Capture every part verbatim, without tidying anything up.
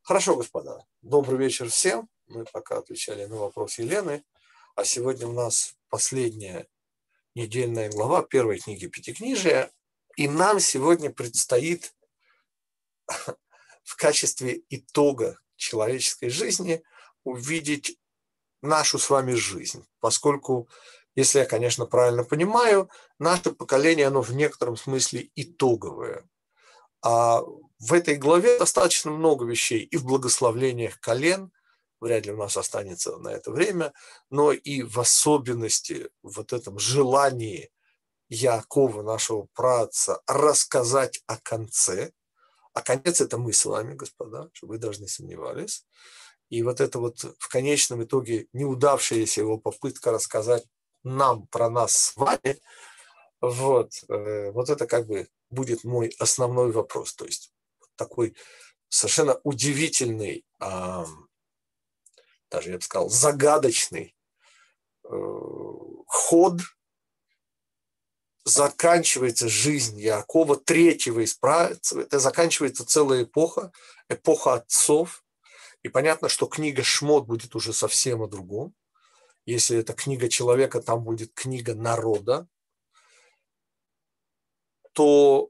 Хорошо, господа. Добрый вечер всем. Мы пока отвечали на вопрос Елены. А сегодня у нас последняя недельная глава первой книги Пятикнижия. И нам сегодня предстоит в качестве итога человеческой жизни увидеть нашу с вами жизнь. Поскольку, если я, конечно, правильно понимаю, наше поколение, оно в некотором смысле итоговое. А в этой главе достаточно много вещей и в благословлениях колен, вряд ли у нас останется на это время, но и в особенности вот этом желании Яакова, нашего праотца, рассказать о конце. А конец – это мы с вами, господа, чтобы вы даже не сомневались. И вот это вот в конечном итоге неудавшаяся его попытка рассказать нам про нас с вами, вот, вот это как бы будет мой основной вопрос. То есть такой совершенно удивительный, даже я бы сказал, загадочный ход. Заканчивается жизнь Яакова, третьего из праотцев. Это заканчивается целая эпоха, эпоха отцов. И понятно, что книга Шмот будет уже совсем о другом. Если это книга человека, там будет книга народа. То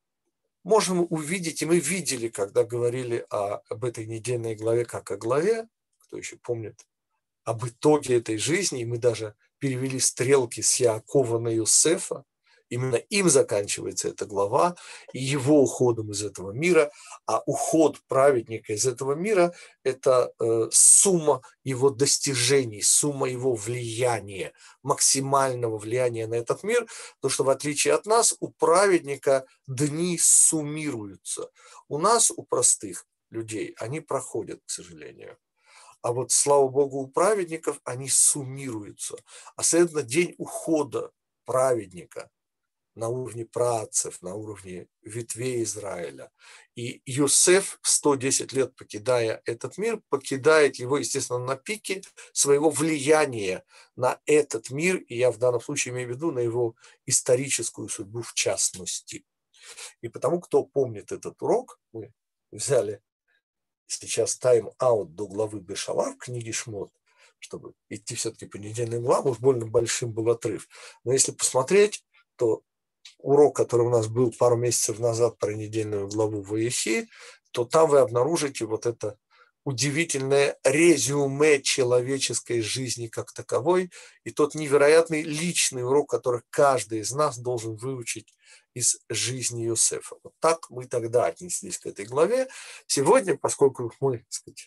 можем увидеть, и мы видели, когда говорили о, об этой недельной главе, как о главе, кто еще помнит, об итоге этой жизни, и мы даже перевели стрелки с Яакова на Иосифа, именно им заканчивается эта глава, и его уходом из этого мира, а уход праведника из этого мира – это э, сумма его достижений, сумма его влияния, максимального влияния на этот мир, потому что в отличие от нас, у праведника дни суммируются. У нас, у простых людей, они проходят, к сожалению. А вот, слава Богу, у праведников они суммируются. А следовательно, день ухода праведника на уровне праотцев, на уровне ветвей Израиля. И Йосеф, сто десять лет покидая этот мир, покидает его, естественно, на пике своего влияния на этот мир, и я в данном случае имею в виду на его историческую судьбу в частности. И потому, кто помнит этот урок, мы взяли сейчас тайм-аут до главы Бешалах в книге Шмот, чтобы идти все-таки по недельным главам, уж больно большим был отрыв. Но если посмотреть, то урок, который у нас был пару месяцев назад про недельную главу Ваехи, то там вы обнаружите вот это удивительное резюме человеческой жизни как таковой и тот невероятный личный урок, который каждый из нас должен выучить из жизни Иосифа. Вот так мы тогда отнеслись к этой главе. Сегодня, поскольку мы, так сказать,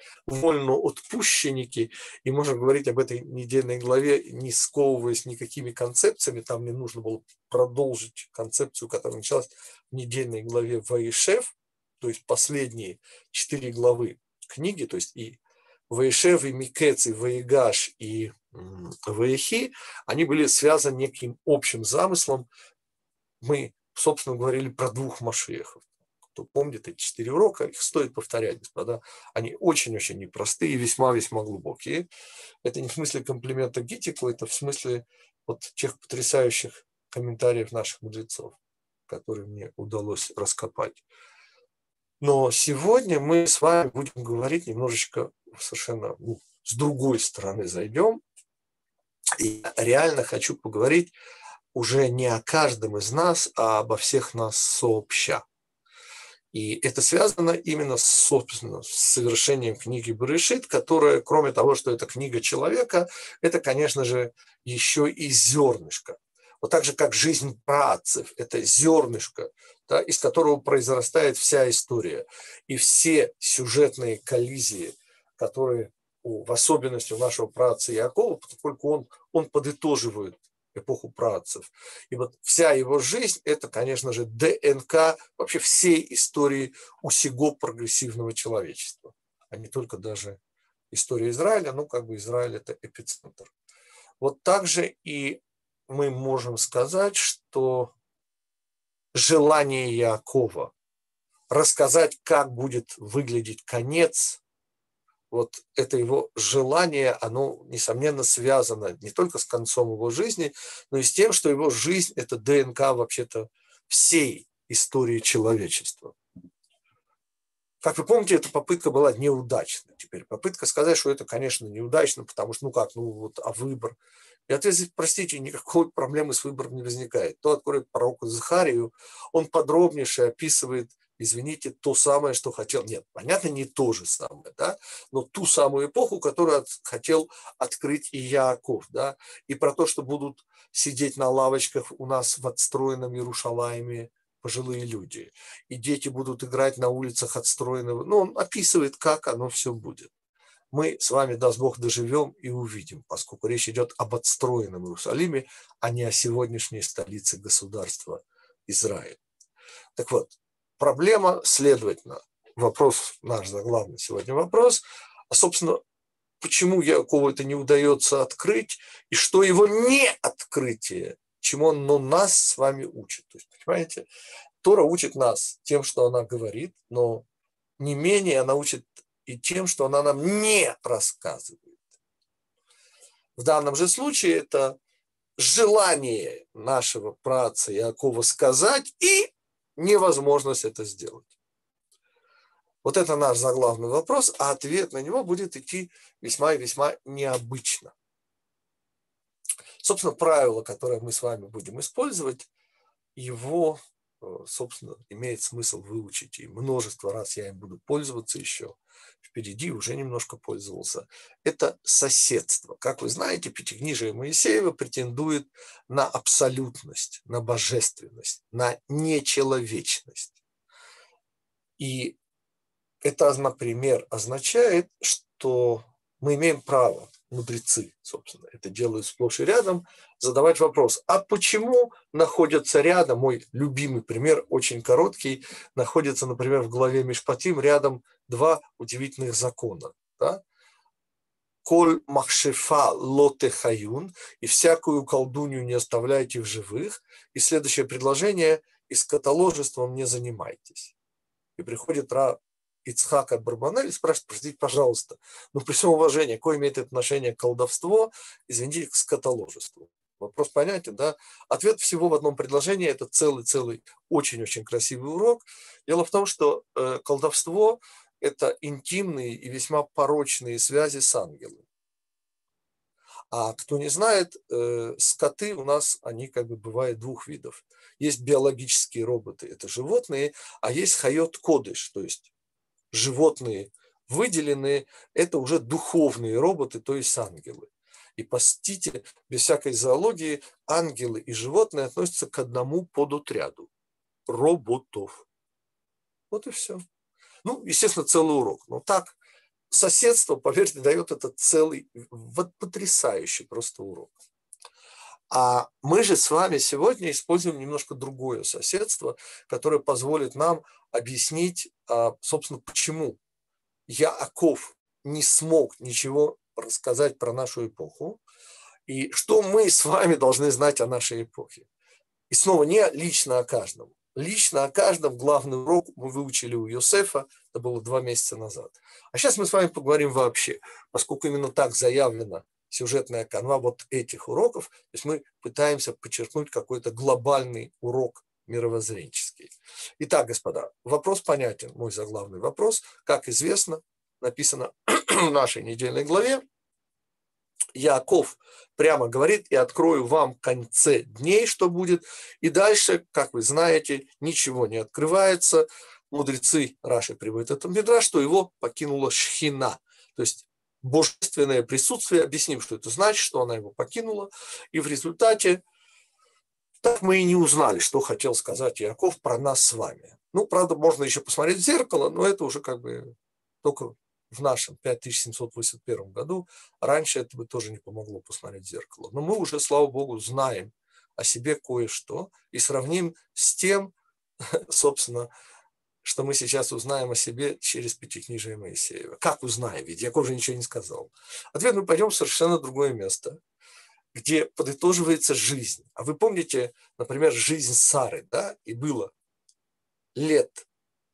вольноотпущенники, и можем говорить об этой недельной главе, не сковываясь никакими концепциями, там мне нужно было продолжить концепцию, которая началась в недельной главе Ваишев, то есть последние четыре главы книги, то есть и Ваишев, и Микец, и Ваигаш, и Ваехи, они были связаны неким общим замыслом. Мы, собственно, говорили про двух Машиахов. Кто помнит эти четыре урока, их стоит повторять, господа. Они очень-очень непростые и весьма-весьма глубокие. Это не в смысле комплимента Гитику, это в смысле вот тех потрясающих комментариев наших мудрецов, которые мне удалось раскопать. Но сегодня мы с вами будем говорить немножечко совершенно ну, с другой стороны зайдем. И реально хочу поговорить уже не о каждом из нас, а обо всех нас сообща. И это связано именно, собственно, с совершением книги Берешит, которая, кроме того, что это книга человека, это, конечно же, еще и зернышко. Вот так же, как жизнь праотцев, это зернышко, да, из которого произрастает вся история. И все сюжетные коллизии, которые, в особенности у нашего праотца Яакова, поскольку он, он подытоживает эпоху праотцев. И вот вся его жизнь – это, конечно же, ДНК вообще всей истории усего прогрессивного человечества, а не только даже история Израиля, ну, как бы Израиль – это эпицентр. Вот так же и мы можем сказать, что желание Иакова рассказать, как будет выглядеть конец, вот это его желание, оно, несомненно, связано не только с концом его жизни, но и с тем, что его жизнь – это ДНК вообще-то всей истории человечества. Как вы помните, эта попытка была неудачна. Теперь попытка сказать, что это, конечно, неудачно, потому что, ну как, ну вот, а выбор? И ответ, простите, никакой проблемы с выбором не возникает. То откроет пророку Захарию, он подробнейше описывает, извините, то самое, что хотел. Нет, понятно, не то же самое, да, но ту самую эпоху, которую от, хотел открыть и Яаков, да, и про то, что будут сидеть на лавочках у нас в отстроенном Иерушалайме пожилые люди, и дети будут играть на улицах отстроенного. Ну, он описывает, как оно все будет. Мы с вами, даст Бог, доживем и увидим, поскольку речь идет об отстроенном Иерусалиме, а не о сегодняшней столице государства Израиль. Так вот, проблема, следовательно, вопрос, наш заглавный сегодня вопрос, а, собственно, почему Яакову это не удается открыть, и что его не открытие, чему он но нас с вами учит. То есть, понимаете, Тора учит нас тем, что она говорит, но не менее она учит и тем, что она нам не рассказывает. В данном же случае это желание нашего праотца Иакова сказать и невозможность это сделать. Вот это наш заглавный вопрос, а ответ на него будет идти весьма и весьма необычно. Собственно, правило, которое мы с вами будем использовать, его, собственно, имеет смысл выучить. И множество раз я им буду пользоваться еще. Впереди уже немножко пользовался. Это соседство. Как вы знаете, Пятикнижие Моисеева претендует на абсолютность, на божественность, на нечеловечность. И это, например, означает, что мы имеем право, мудрецы, собственно, это делают сплошь и рядом, задавать вопрос, а почему находятся рядом, мой любимый пример, очень короткий, находится, например, в главе Мишпатим рядом два удивительных закона. Да? Коль махшефа лоте хаюн, и всякую колдунью не оставляйте в живых. И следующее предложение, и скотоложеством не занимайтесь. И приходит Ра Ицхак от Барбанель и спрашивает, простите, пожалуйста, ну при всем уважении, какое имеет отношение к колдовству, извините, к скотоложеству? Вопрос понятен, да? Ответ всего в одном предложении, это целый-целый очень-очень красивый урок. Дело в том, что э, колдовство – это интимные и весьма порочные связи с ангелом. А кто не знает, э, скоты у нас, они как бы бывают двух видов. Есть биологические роботы, это животные, а есть хайот кодыш, то есть животные выделенные, это уже духовные роботы, то есть ангелы. И простите, без всякой зоологии, ангелы и животные относятся к одному подотряду – роботов. Вот и все. Ну, естественно, целый урок. Но так, соседство, поверьте, дает этот целый, вот потрясающий просто урок. А мы же с вами сегодня используем немножко другое соседство, которое позволит нам объяснить, собственно, почему Яаков не смог ничего рассказать про нашу эпоху, и что мы с вами должны знать о нашей эпохе. И снова не лично о каждом. Лично о каждом главный урок мы выучили у Йосефа, это было два месяца назад. А сейчас мы с вами поговорим вообще, поскольку именно так заявлена сюжетная канва вот этих уроков, то есть мы пытаемся подчеркнуть какой-то глобальный урок мировоззренческий. Итак, господа, вопрос понятен, мой заглавный вопрос. Как известно, написано в нашей недельной главе, Яаков прямо говорит, и открою вам в конце дней, что будет. И дальше, как вы знаете, ничего не открывается. Мудрецы Раши приводят это мидраш, что его покинула шхина, то есть божественное присутствие. Объясним, что это значит, что она его покинула. И в результате так мы и не узнали, что хотел сказать Яаков про нас с вами. Ну, правда, можно еще посмотреть в зеркало, но это уже как бы только в нашем пять тысяч семьсот восемьдесят первом году. Раньше это бы тоже не помогло посмотреть в зеркало. Но мы уже, слава богу, знаем о себе кое-что и сравним с тем, собственно, что мы сейчас узнаем о себе через Пятикнижие Моисеева. Как узнаем? Ведь Яаков же ничего не сказал. Ответ: мы пойдем в совершенно другое место, где подытоживается жизнь. А вы помните, например, жизнь Сары, да? И было лет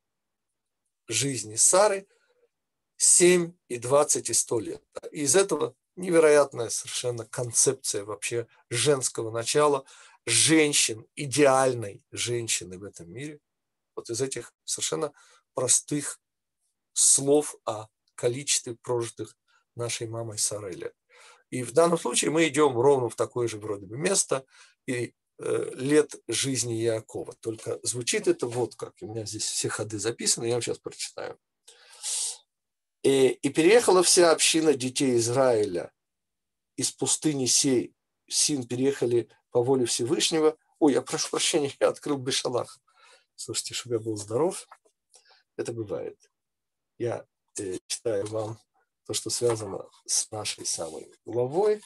жизни Сары семь и двадцать и сто лет. И из этого невероятная совершенно концепция вообще женского начала, женщин, идеальной женщины в этом мире. Вот из этих совершенно простых слов о количестве прожитых нашей мамой Сарой лет. И в данном случае мы идем ровно в такое же вроде бы место и э, лет жизни Яакова. Только звучит это вот как. У меня здесь все ходы записаны, я вам сейчас прочитаю. И, и переехала вся община детей Израиля из пустыни сей. Син переехали по воле Всевышнего. Ой, я прошу прощения, я открыл Бешалах. Слушайте, чтобы я был здоров. Это бывает. Я э, читаю вам то, что связано с нашей самой главой.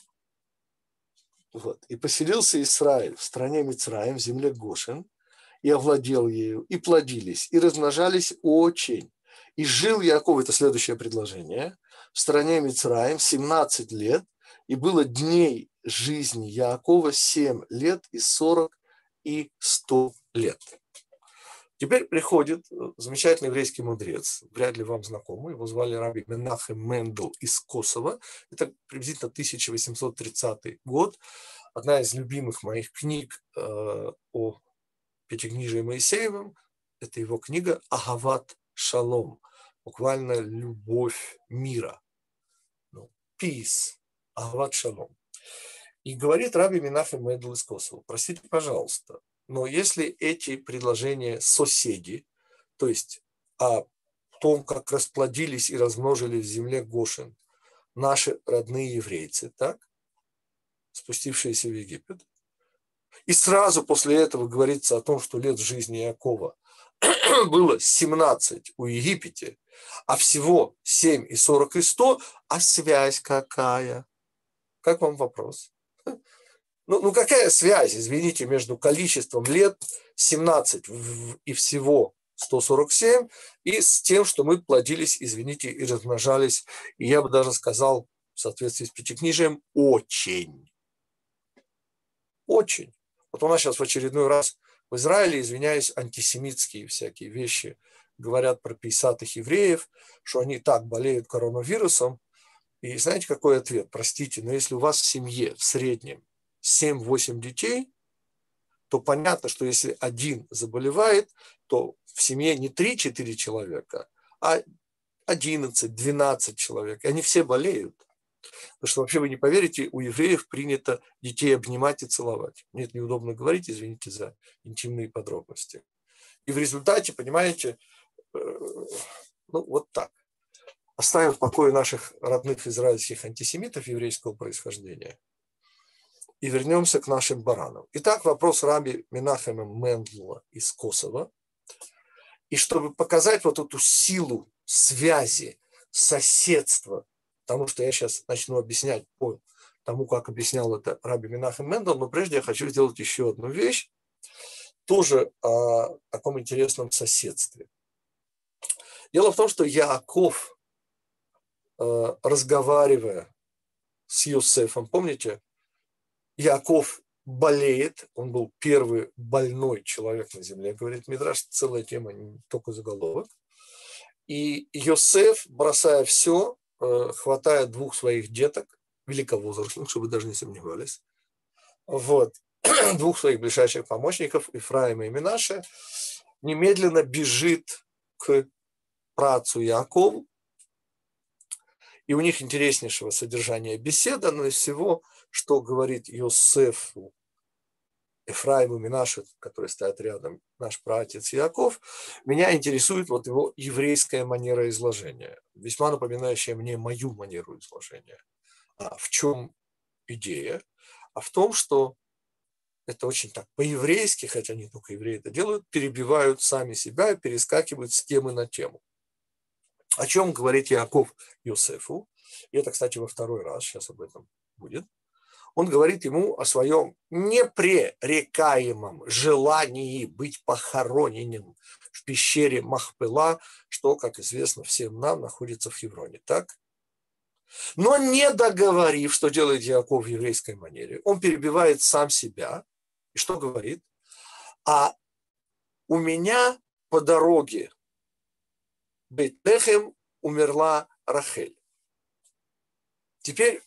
Вот. «И поселился Израиль в стране Мицраим, в земле Гошен, и овладел ею, и плодились, и размножались очень. И жил Яаков», это следующее предложение, «в стране Мицраим семнадцать лет, и было дней жизни Яакова семь лет и сорок и сто лет». Теперь приходит замечательный еврейский мудрец, вряд ли вам знакомый, его звали раби Менахем Мендел из Косово. Это приблизительно тысяча восемьсот тридцатый год. Одна из любимых моих книг э, о Пятикнижии Моисеевом – это его книга «Агават Шалом», буквально «Любовь мира». Ну, peace, Агават Шалом. И говорит раби Менахем Мендел из Косово: простите, пожалуйста, но если эти предложения соседи, то есть о том, как расплодились и размножились в земле Гошен наши родные еврейцы, так, спустившиеся в Египет, и сразу после этого говорится о том, что лет в жизни Иакова было семнадцать у Египте, а всего семь и сорок и сто, а связь какая? Как вам вопрос? Ну, ну какая связь, извините, между количеством лет семнадцать и всего сто сорок семь и с тем, что мы плодились, извините, и размножались, и я бы даже сказал, в соответствии с Пятикнижием, очень. Очень. Вот у нас сейчас в очередной раз в Израиле, извиняюсь, антисемитские всякие вещи говорят про пятидесятых евреев, что они так болеют коронавирусом. И знаете, какой ответ? Простите, но если у вас в семье в среднем семь-восемь детей, то понятно, что если один заболевает, то в семье не три-четыре человека, а одиннадцать-двенадцать человек. И они все болеют. Потому что вообще вы не поверите, у евреев принято детей обнимать и целовать. Мне это неудобно говорить, извините за интимные подробности. И в результате, понимаете, ну вот так. Оставим в покое наших родных израильских антисемитов еврейского происхождения и вернемся к нашим баранам. Итак, вопрос раби Менахема Мендела из Косово. И чтобы показать вот эту силу связи, соседства, потому что я сейчас начну объяснять по тому, как объяснял это раби Менахем Мендел, но прежде я хочу сделать еще одну вещь, тоже о таком интересном соседстве. Дело в том, что Яаков, разговаривая с Йосефом, помните, Яаков болеет, он был первый больной человек на земле, говорит Мидраш, целая тема, не только заголовок. И Йосеф, бросая все, хватая двух своих деток, великовозрастных, чтобы вы даже не сомневались, вот, двух своих ближайших помощников, Ифраима и Менаше, немедленно бежит к праотцу Яакову. И у них интереснейшего содержания беседа, но из всего, что говорит Йосефу, Ефраиму, Менаше, которые стоят рядом, наш праотец Яаков, меня интересует вот его еврейская манера изложения, весьма напоминающая мне мою манеру изложения. А в чем идея? А в том, что это очень так по-еврейски, хотя не только евреи это делают, перебивают сами себя и перескакивают с темы на тему. О чем говорит Яаков Йосефу? И это, кстати, во второй раз, сейчас об этом будет. Он говорит ему о своем непререкаемом желании быть похороненным в пещере Махпела, что, как известно всем нам, находится в Хевроне. Так? Но не договорив, что делает Яаков в еврейской манере, он перебивает сам себя. И что говорит? А у меня по дороге Бейт-Лехем умерла Рахель. Теперь,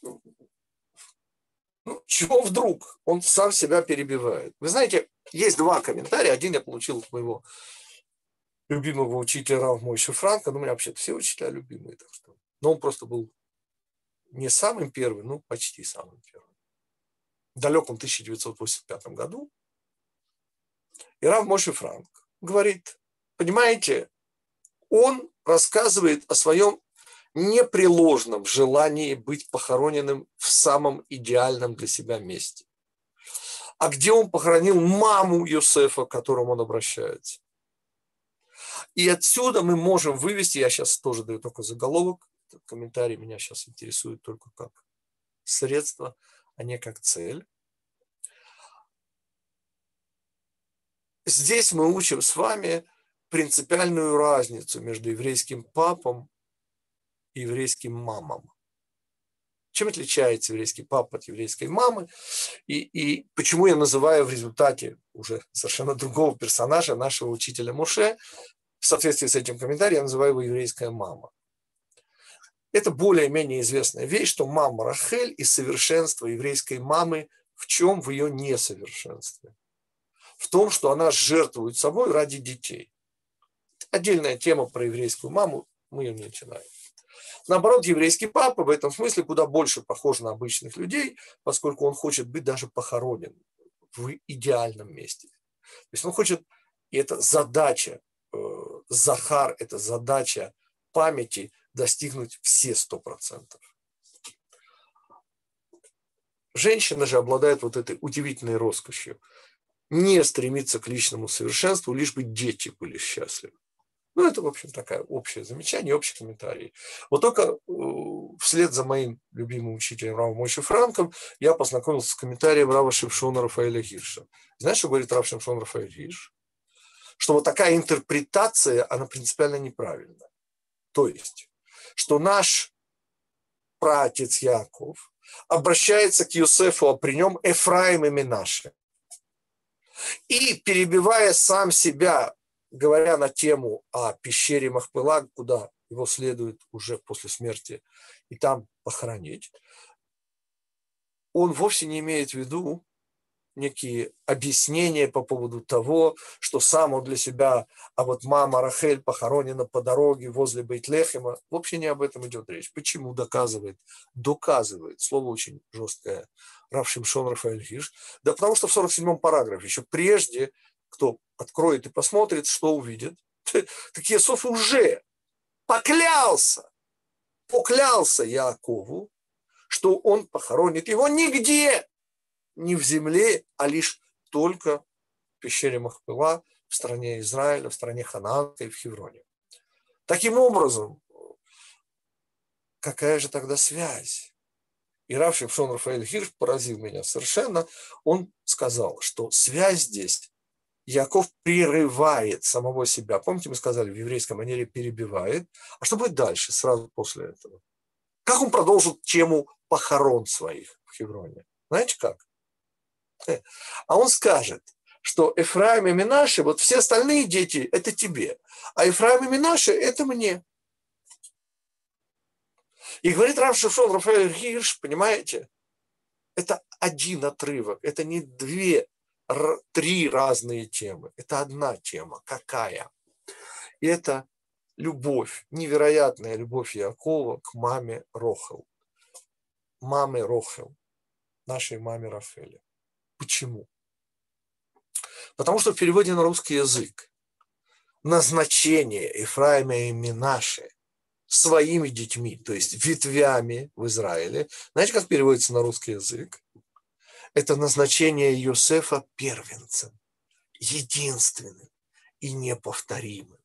ну, чего вдруг? Он сам себя перебивает. Вы знаете, есть два комментария. Один я получил от моего любимого учителя Рав Мойши Франка. Ну, у меня вообще все учителя любимые. Так что. Но он просто был не самым первым, но почти самым первым. В далеком тысяча девятьсот восемьдесят пятом году. И Рав Мойши Франк говорит, понимаете, он рассказывает о своем непреложном желании быть похороненным в самом идеальном для себя месте. А где он похоронил маму Йосефа, к которому он обращается. И отсюда мы можем вывести, я сейчас тоже даю только заголовок, этот комментарий меня сейчас интересует только как средство, а не как цель. Здесь мы учим с вами принципиальную разницу между еврейским папом и еврейским мамом. Чем отличается еврейский папа от еврейской мамы? И, и почему я называю в результате уже совершенно другого персонажа, нашего учителя Моше, в соответствии с этим комментарием, я называю его еврейская мама. Это более-менее известная вещь, что мама Рахель и совершенство еврейской мамы в чем? В ее несовершенстве. В том, что она жертвует собой ради детей. Отдельная тема про еврейскую маму, мы ее не начинаем. Наоборот, еврейский папа в этом смысле куда больше похож на обычных людей, поскольку он хочет быть даже похоронен в идеальном месте. То есть он хочет, и это задача, э, Захар, это задача памяти достигнуть все сто процентов. Женщина же обладает вот этой удивительной роскошью. Не стремиться к личному совершенству, лишь бы дети были счастливы. Ну, это, в общем, такое общее замечание, общий комментарий. Вот только вслед за моим любимым учителем Равом Мойши Франком я познакомился с комментарием Рава Шимшона Рафаэля Гирша. Знаешь, что говорит Рав Шимшон Рафаэль Гирш? Что вот такая интерпретация, она принципиально неправильна. То есть, что наш праотец Яков обращается к Йосефу, а при нем Эфраим и Менаше. И, перебивая сам себя, говоря на тему о пещере Махпела, куда его следует уже после смерти и там похоронить, он вовсе не имеет в виду некие объяснения по поводу того, что сам он для себя, а вот мама Рахель похоронена по дороге возле Бейт-Лехема. Вообще не об этом идет речь. Почему доказывает? Доказывает. Слово очень жесткое. Рав Шимшон Рафаэль Гирш. Да потому что в сорок седьмом параграфе, еще прежде, кто откроет и посмотрит, что увидит, так Иосиф уже поклялся, поклялся Яакову, что он похоронит его нигде, не в земле, а лишь только в пещере Махпела, в стране Израиля, в стране Ханаанской, в Хевроне. Таким образом, какая же тогда связь? И Рав Шимшон Рафаэль Гирш поразил меня совершенно. Он сказал, что связь здесь, Яков прерывает самого себя. Помните, мы сказали, в еврейской манере перебивает. А что будет дальше, сразу после этого? Как он продолжит тему похорон своих в Хевроне? Знаете как? А он скажет, что Эфраим и Менаше, вот все остальные дети, это тебе, а Эфраим и Менаше, это мне. И говорит Рав Шимшон Рафаэль Гирш, понимаете, это один отрывок, это не две, три разные темы, это одна тема. Какая? И это любовь, невероятная любовь Якова к маме Рохел. Маме Рохел, нашей маме Рахели. Почему? Потому что в переводе на русский язык назначение Ефраима и Менаше своими детьми, то есть ветвями в Израиле, знаете, как переводится на русский язык? Это назначение Йосефа первенцем, единственным и неповторимым.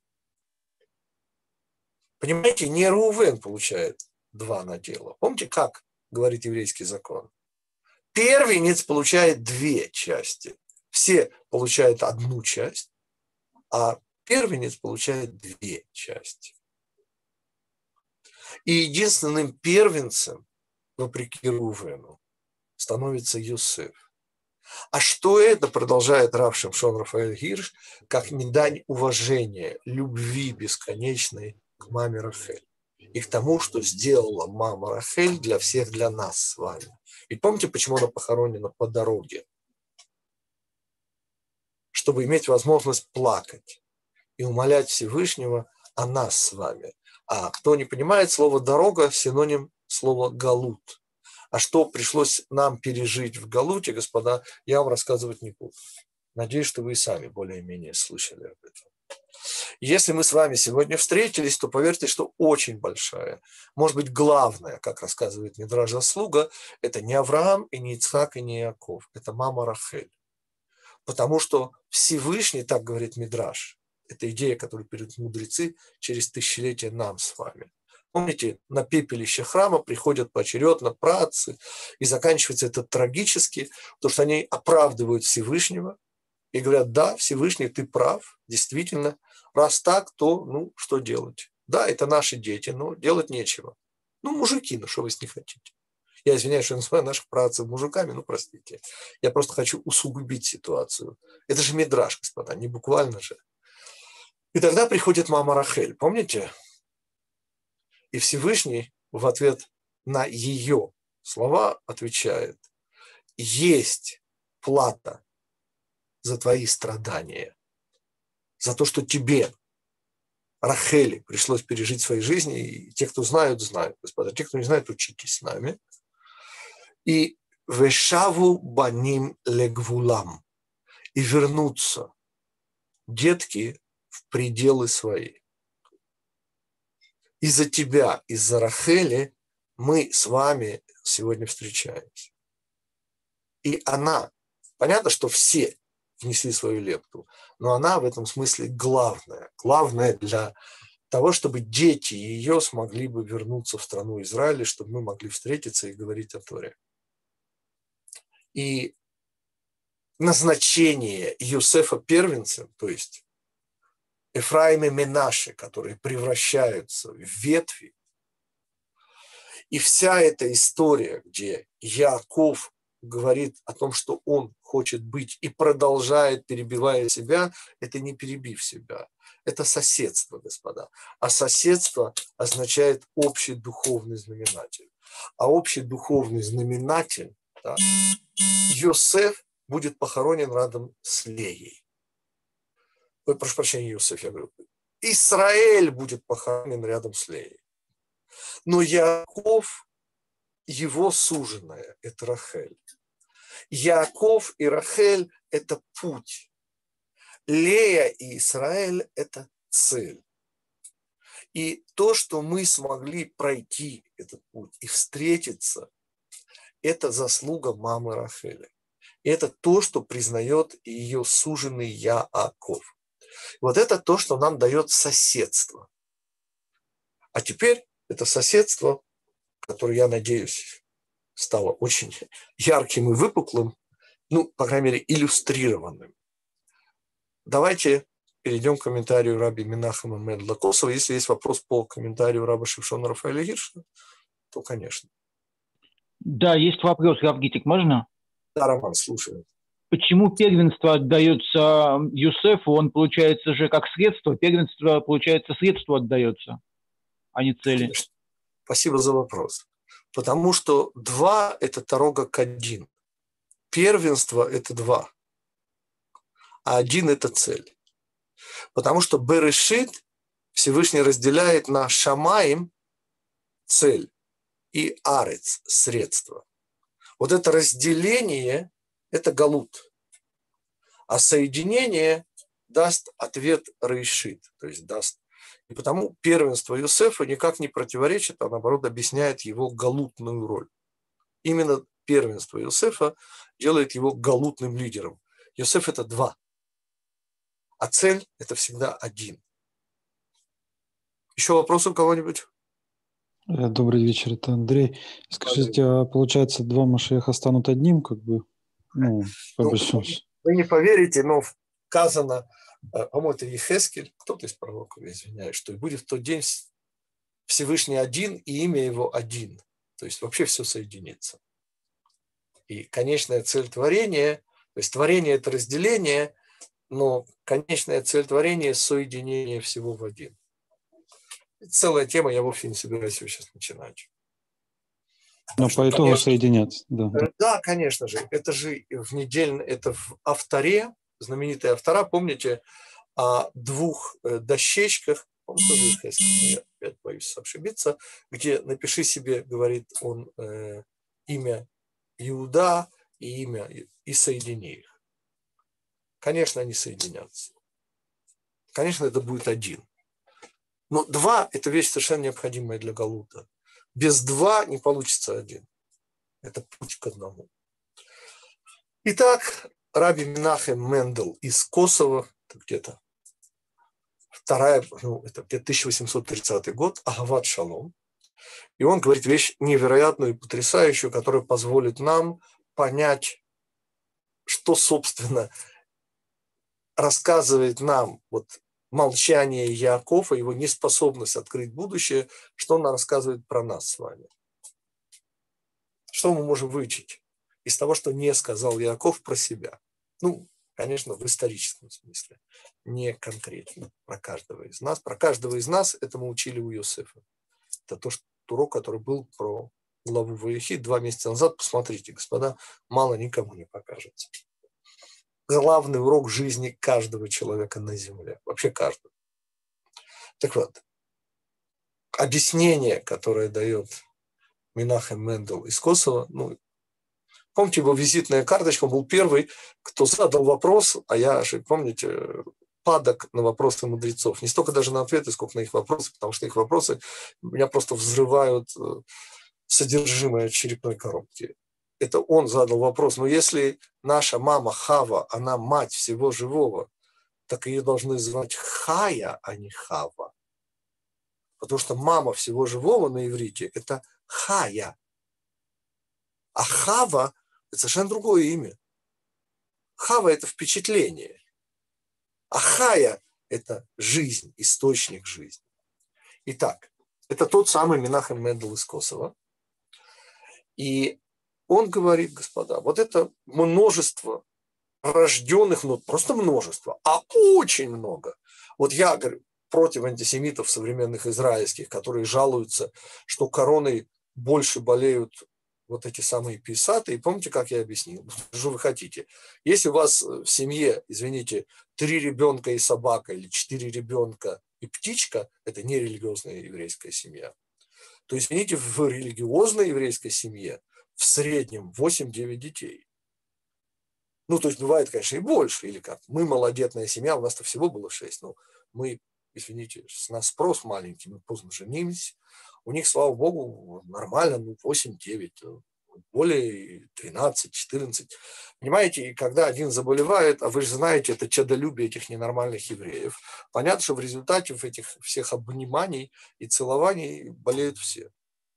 Понимаете, не Рувен получает два надела. Помните, как говорит еврейский закон? Первенец получает две части. Все получают одну часть, а первенец получает две части. И единственным первенцем, вопреки Рувену, становится Йосеф. А что это, продолжает Рав Шимшон Рафаэль Гирш, как не дань уважения, любви бесконечной к маме Рахель и к тому, что сделала мама Рахель для всех, для нас с вами. И помните, почему она похоронена по дороге? Чтобы иметь возможность плакать. и умолять Всевышнего о нас с вами. А кто не понимает, слово «дорога» – синоним слова «галут». А что пришлось нам пережить в галуте, господа, я вам рассказывать не буду. Надеюсь, что вы и сами более-менее слышали об этом. Если мы с вами сегодня встретились, то поверьте, что очень большая, может быть, главная, как рассказывает Мидраш, заслуга, это не Авраам, и не Ицхак, и не Иаков, это мама Рахель. Потому что Всевышний, так говорит Мидраш, это идея, которую передают мудрецы через тысячелетия нам с вами. Помните, на пепелище храма приходят поочередно праотцы, и заканчивается это трагически, потому что они оправдывают Всевышнего и говорят: да, Всевышний, ты прав, действительно, раз так, то, ну, что делать? Да, это наши дети, но делать нечего. Ну, мужики, ну, что вы с них хотите? Я извиняюсь, что я называю наших праотцев мужиками, ну, простите. Я просто хочу усугубить ситуацию. Это же мидраш, господа, не буквально же. И тогда приходит мама Рахель, помните? И Всевышний в ответ на ее слова отвечает: есть плата за твои страдания, за то, что тебе, Рахели, пришлось пережить в своей жизни. И те, кто знают, знают, господа. Те, кто не знает, учитесь с нами. И вешаву баним легвулам. И вернутся детки в пределы свои. Из-за тебя, из-за Рахели мы с вами сегодня встречаемся. И она, понятно, что все внесли свою лепту, но она в этом смысле главная. Главная для того, чтобы дети ее смогли бы вернуться в страну Израиля, чтобы мы могли встретиться и говорить о Торе. И назначение Иосифа первенцем, то есть Эфраим и Менаше, которые превращаются в ветви, и вся эта история, где Яаков говорит о том, что он хочет быть и продолжает, перебивая себя, это не перебив себя. Это соседство, господа. А соседство означает общий духовный знаменатель. А общий духовный знаменатель, да, Йосеф будет похоронен рядом с Леей. Ой, прошу прощения, Йосеф, я говорю. Израиль будет похоронен рядом с Леей. Но Яаков, его суженая, это Рахель. Яаков и Рахель – это путь. Лея и Израиль – это цель. И то, что мы смогли пройти этот путь и встретиться, это заслуга мамы Рахели. И это то, что признает ее суженый Яаков. Вот это то, что нам дает соседство. А теперь это соседство, которое, я надеюсь, стало очень ярким и выпуклым, ну, по крайней мере, иллюстрированным. Давайте перейдем к комментарию раби Менахема Мендела Косова. Если есть вопрос по комментарию раба Шимшона Рафаэля Гирша, то, конечно. Да, есть вопрос, Рав Гитик, можно? Да, Роман, слушаю. Почему первенство отдается Юсефу? Он, получается же, как средство. Первенство, получается, средству отдается, а не цели. Конечно. Спасибо за вопрос. Потому что два – это дорога к один. Первенство – это два, а один – это цель. Потому что Берешит Всевышний разделяет на Шамаим – цель, и Арец – средство. Вот это разделение – это галут. А соединение даст ответ Рейшит, то есть даст. И потому первенство Йосефа никак не противоречит, а наоборот объясняет его галутную роль. Именно первенство Йосефа делает его галутным лидером. Йосеф – это два, а цель – это всегда один. Еще вопросы у кого-нибудь? Добрый вечер, это Андрей. Скажите, а получается, два Машиаха станут одним, как бы, ну, по ну, большому? Вы не поверите, но сказано, по-моему, это Ехескель, кто-то из пророков, я извиняюсь, что будет в тот день Всевышний один, и имя его один. То есть вообще все соединится. И конечная цель творения, то есть творение – это разделение, но конечная цель творения – соединение всего в один. Это целая тема, я вовсе не собираюсь ее сейчас начинать. Но что, по итогу конечно, соединяться. Да. да, конечно же. Это же в недельном, это в авторе, знаменитая автора, помните, о двух дощечках, по-моему, тоже Ехескель, я опять боюсь ошибиться, где напиши себе, говорит он, э, имя Иуда и имя, и соедини их. Конечно, они соединятся. Конечно, это будет один. Но два – это вещь совершенно необходимая для галута. Без два не получится один. Это путь к одному. Итак, Раби Менахем Мендел из Косово, это где-то вторая, ну, это где-то тысяча восемьсот тридцатый год, Агават Шалом. И он говорит вещь невероятную и потрясающую, которая позволит нам понять, что, собственно, рассказывает нам вот молчание Яакова, его неспособность открыть будущее, что он рассказывает про нас с вами. Что мы можем выучить из того, что не сказал Яаков про себя? Ну, конечно, в историческом смысле, не конкретно про каждого из нас. Про каждого из нас это мы учили у Йосефа. Это то, что, урок, который был про главу Ваехи два месяца назад. Посмотрите, господа, мало никому не покажется. Главный урок жизни каждого человека на земле. Вообще каждого. Так вот, объяснение, которое дает Менахем Мендел из Косово, ну, помните, его визитная карточка, он был первый, кто задал вопрос, а я же, помните, падок на вопросы мудрецов. Не столько даже на ответы, сколько на их вопросы, потому что их вопросы меня просто взрывают содержимое черепной коробки. Это он задал вопрос. Но если наша мама Хава, она мать всего живого, так ее должны звать Хая, а не Хава. Потому что мама всего живого на иврите – это Хая. А Хава – это совершенно другое имя. Хава – это впечатление. А Хая – это жизнь, источник жизни. Итак, это тот самый Менахем Мендел из Косово. И он говорит, господа, вот это множество рожденных, ну просто множество, а очень много. Вот я говорю против антисемитов современных израильских, которые жалуются, что короной больше болеют вот эти самые писаты. И помните, как я объяснил? Что вы хотите? Если у вас в семье, извините, три ребенка и собака, или четыре ребенка и птичка, это не религиозная еврейская семья, то, извините, в религиозной еврейской семье в среднем восемь-девять детей. Ну, то есть бывает, конечно, и больше. Или как? Мы молодетная семья, у нас-то всего было шесть. Но мы, извините, с нас спрос маленький, мы поздно женились. У них, слава богу, нормально, ну, восемь-девять, более тринадцать-четырнадцать. Понимаете, и когда один заболевает, а вы же знаете, это чадолюбие этих ненормальных евреев, понятно, что в результате этих всех обниманий и целований болеют все.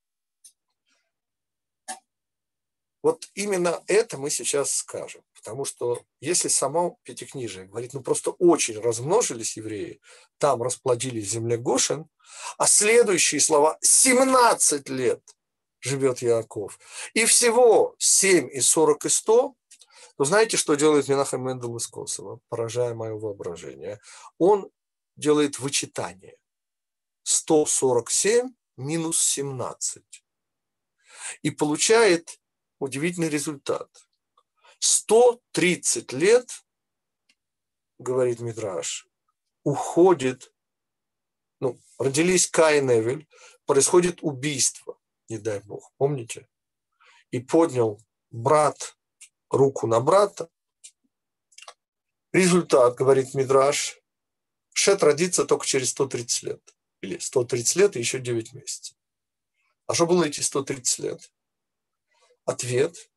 Вот именно это мы сейчас скажем. Потому что если само Пятикнижие говорит, ну просто очень размножились евреи, там расплодились в земле Гошен, а следующие слова семнадцать лет живет Яаков, и всего семь и сорок и сто, то знаете, что делает Менахем Мендел из Косово, поражая мое воображение? Он делает вычитание. сто сорок семь минус семнадцать. И получает удивительный результат. сто тридцать лет, говорит Мидраш, уходит, ну, родились Каин и Эвель, происходит убийство, не дай бог, помните? И поднял брат руку на брата. Результат, говорит Мидраш, Шет родится только через сто тридцать лет. Или сто тридцать лет и еще девять месяцев. А что было эти сто тридцать лет? Ответ.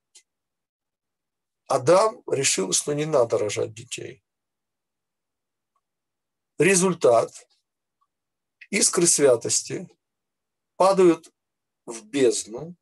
Адам решил, что не надо рожать детей. Результат. Искры святости падают в бездну.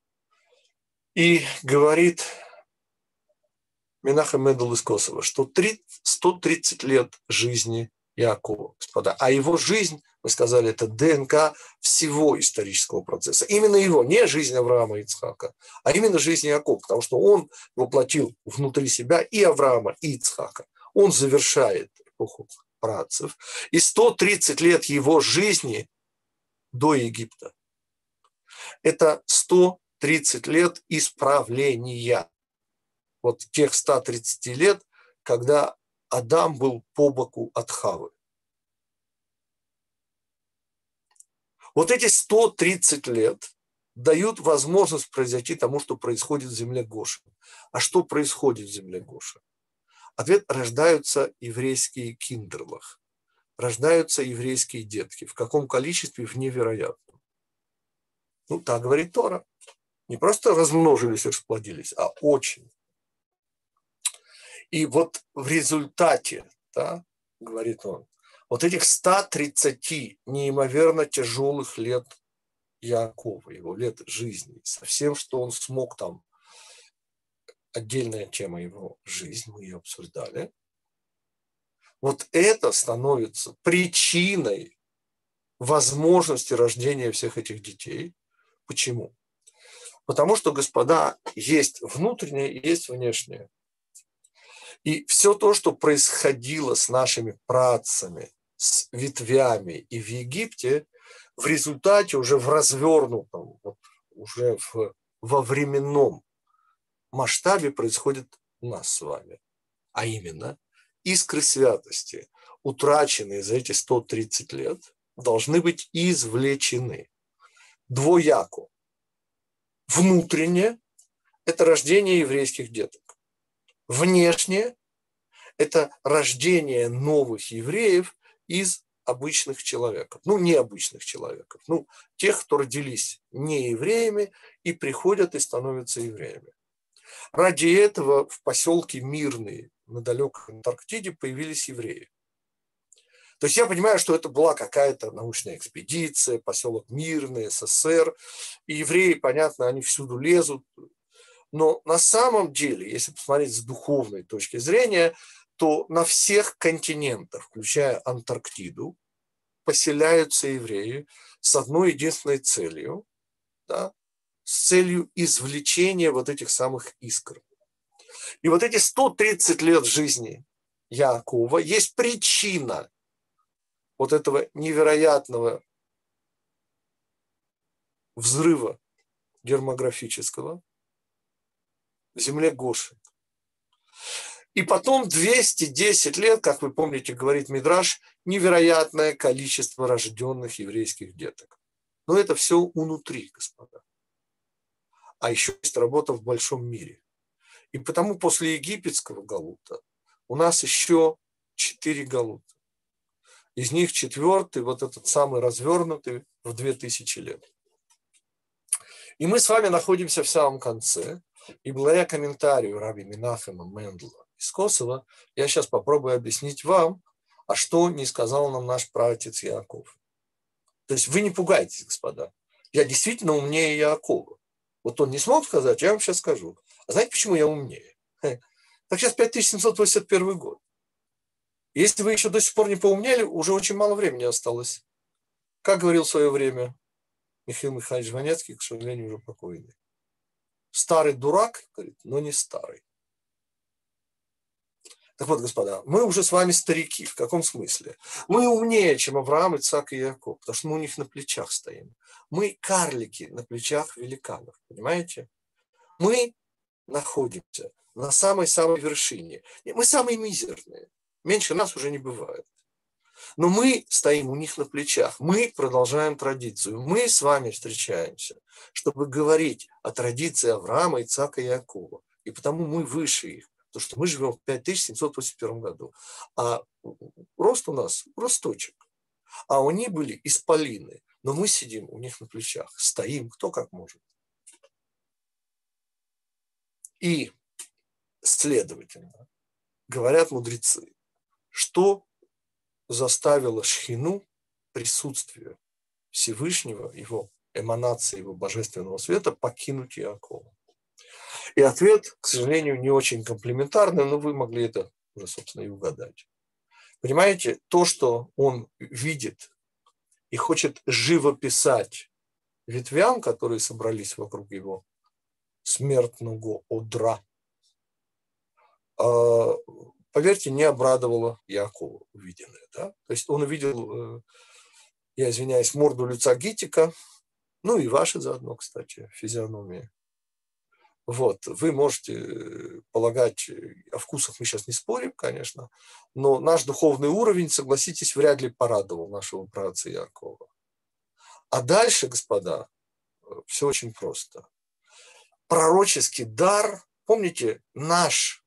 И говорит Менахем Мендел из Косово, что сто тридцать лет жизни Яакова, господа. А его жизнь, мы сказали, это ДНК всего исторического процесса. Именно его, не жизнь Авраама и Ицхака, а именно жизнь Яакова, потому что он воплотил внутри себя и Авраама, и Ицхака. Он завершает эпоху праотцев. И сто тридцать лет его жизни до Египта – это сто тридцать лет исправления. Вот тех ста тридцати лет, когда Адам был по боку от Хавы. Вот эти сто тридцать лет дают возможность произойти тому, что происходит в земле Гошен. А что происходит в земле Гошен? Ответ – рождаются еврейские киндерлах, рождаются еврейские детки. В каком количестве? В невероятном. Ну, так говорит Тора. Не просто размножились и расплодились, а очень. И вот в результате, да, говорит он, вот этих ста тридцати неимоверно тяжелых лет Яакова, его лет жизни, со всем, что он смог там, отдельная тема его жизни, мы ее обсуждали, вот это становится причиной возможности рождения всех этих детей. Почему? Потому что, господа, есть внутреннее и есть внешнее. И все то, что происходило с нашими працами, с ветвями и в Египте, в результате уже в развернутом, вот уже в, во временном масштабе происходит у нас с вами. А именно, искры святости, утраченные за эти сто тридцать лет, должны быть извлечены. Двояко. Внутреннее – это рождение еврейских деток. Внешнее – это рождение новых евреев из обычных человеков. Ну, необычных человеков. Ну, тех, кто родились не евреями и приходят и становятся евреями. Ради этого в поселке Мирный на далекой Антарктиде появились евреи. То есть я понимаю, что это была какая-то научная экспедиция, поселок Мирный, СССР. И евреи, понятно, они всюду лезут. Но на самом деле, если посмотреть с духовной точки зрения, то на всех континентах, включая Антарктиду, поселяются евреи с одной единственной целью, да, с целью извлечения вот этих самых искр. И вот эти сто тридцать лет жизни Яакова есть причина вот этого невероятного взрыва дермографического в земле Гошен. И потом двести десять лет, как вы помните, говорит Мидраш, невероятное количество рожденных еврейских деток. Но это все внутри, господа. А еще есть работа в большом мире. И потому после египетского галута у нас еще четыре галута. Из них четвертый, вот этот самый развернутый, в две тысячи лет. И мы с вами находимся в самом конце. И благодаря комментарию раби Менахема Мендела из Косово я сейчас попробую объяснить вам, а что не сказал нам наш праотец Яаков. То есть вы не пугайтесь, господа. Я действительно умнее Яакова. Вот он не смог сказать, я вам сейчас скажу. А знаете, почему я умнее? Так сейчас пять тысяч семьсот восемьдесят первый год. Если вы еще до сих пор не поумнели, уже очень мало времени осталось. Как говорил в свое время Михаил Михайлович Жванецкий, к сожалению, уже покойный. Старый дурак, говорит, но не старый. Так вот, господа, мы уже с вами старики. В каком смысле? Мы умнее, чем Авраам, Ицхак и Яков, потому что мы у них на плечах стоим. Мы карлики на плечах великанов, понимаете? Мы находимся на самой-самой вершине. И мы самые мизерные. Меньше нас уже не бывает. Но мы стоим у них на плечах. Мы продолжаем традицию. Мы с вами встречаемся, чтобы говорить о традиции Авраама, Ицхака и Якова. И потому мы выше их. Потому что мы живем в пять тысяч семьсот восемьдесят первом году. А рост у нас росточек. А они были исполины. Но мы сидим у них на плечах. Стоим кто как может. И, следовательно, говорят мудрецы, что заставило Шхину, присутствие Всевышнего, его эманации, его божественного света, покинуть Иакова. И ответ, к сожалению, не очень комплиментарный, но вы могли это уже, собственно, и угадать. Понимаете, то, что он видит и хочет живописать ветвям, которые собрались вокруг его смертного одра, поверьте, не обрадовало Яакова увиденное. Да? То есть он увидел, я извиняюсь, морду лица Гитика, ну и ваши заодно, кстати, физиономии. Вот, вы можете полагать, о вкусах мы сейчас не спорим, конечно, но наш духовный уровень, согласитесь, вряд ли порадовал нашего праотца Яакова. А дальше, господа, все очень просто. Пророческий дар, помните, наш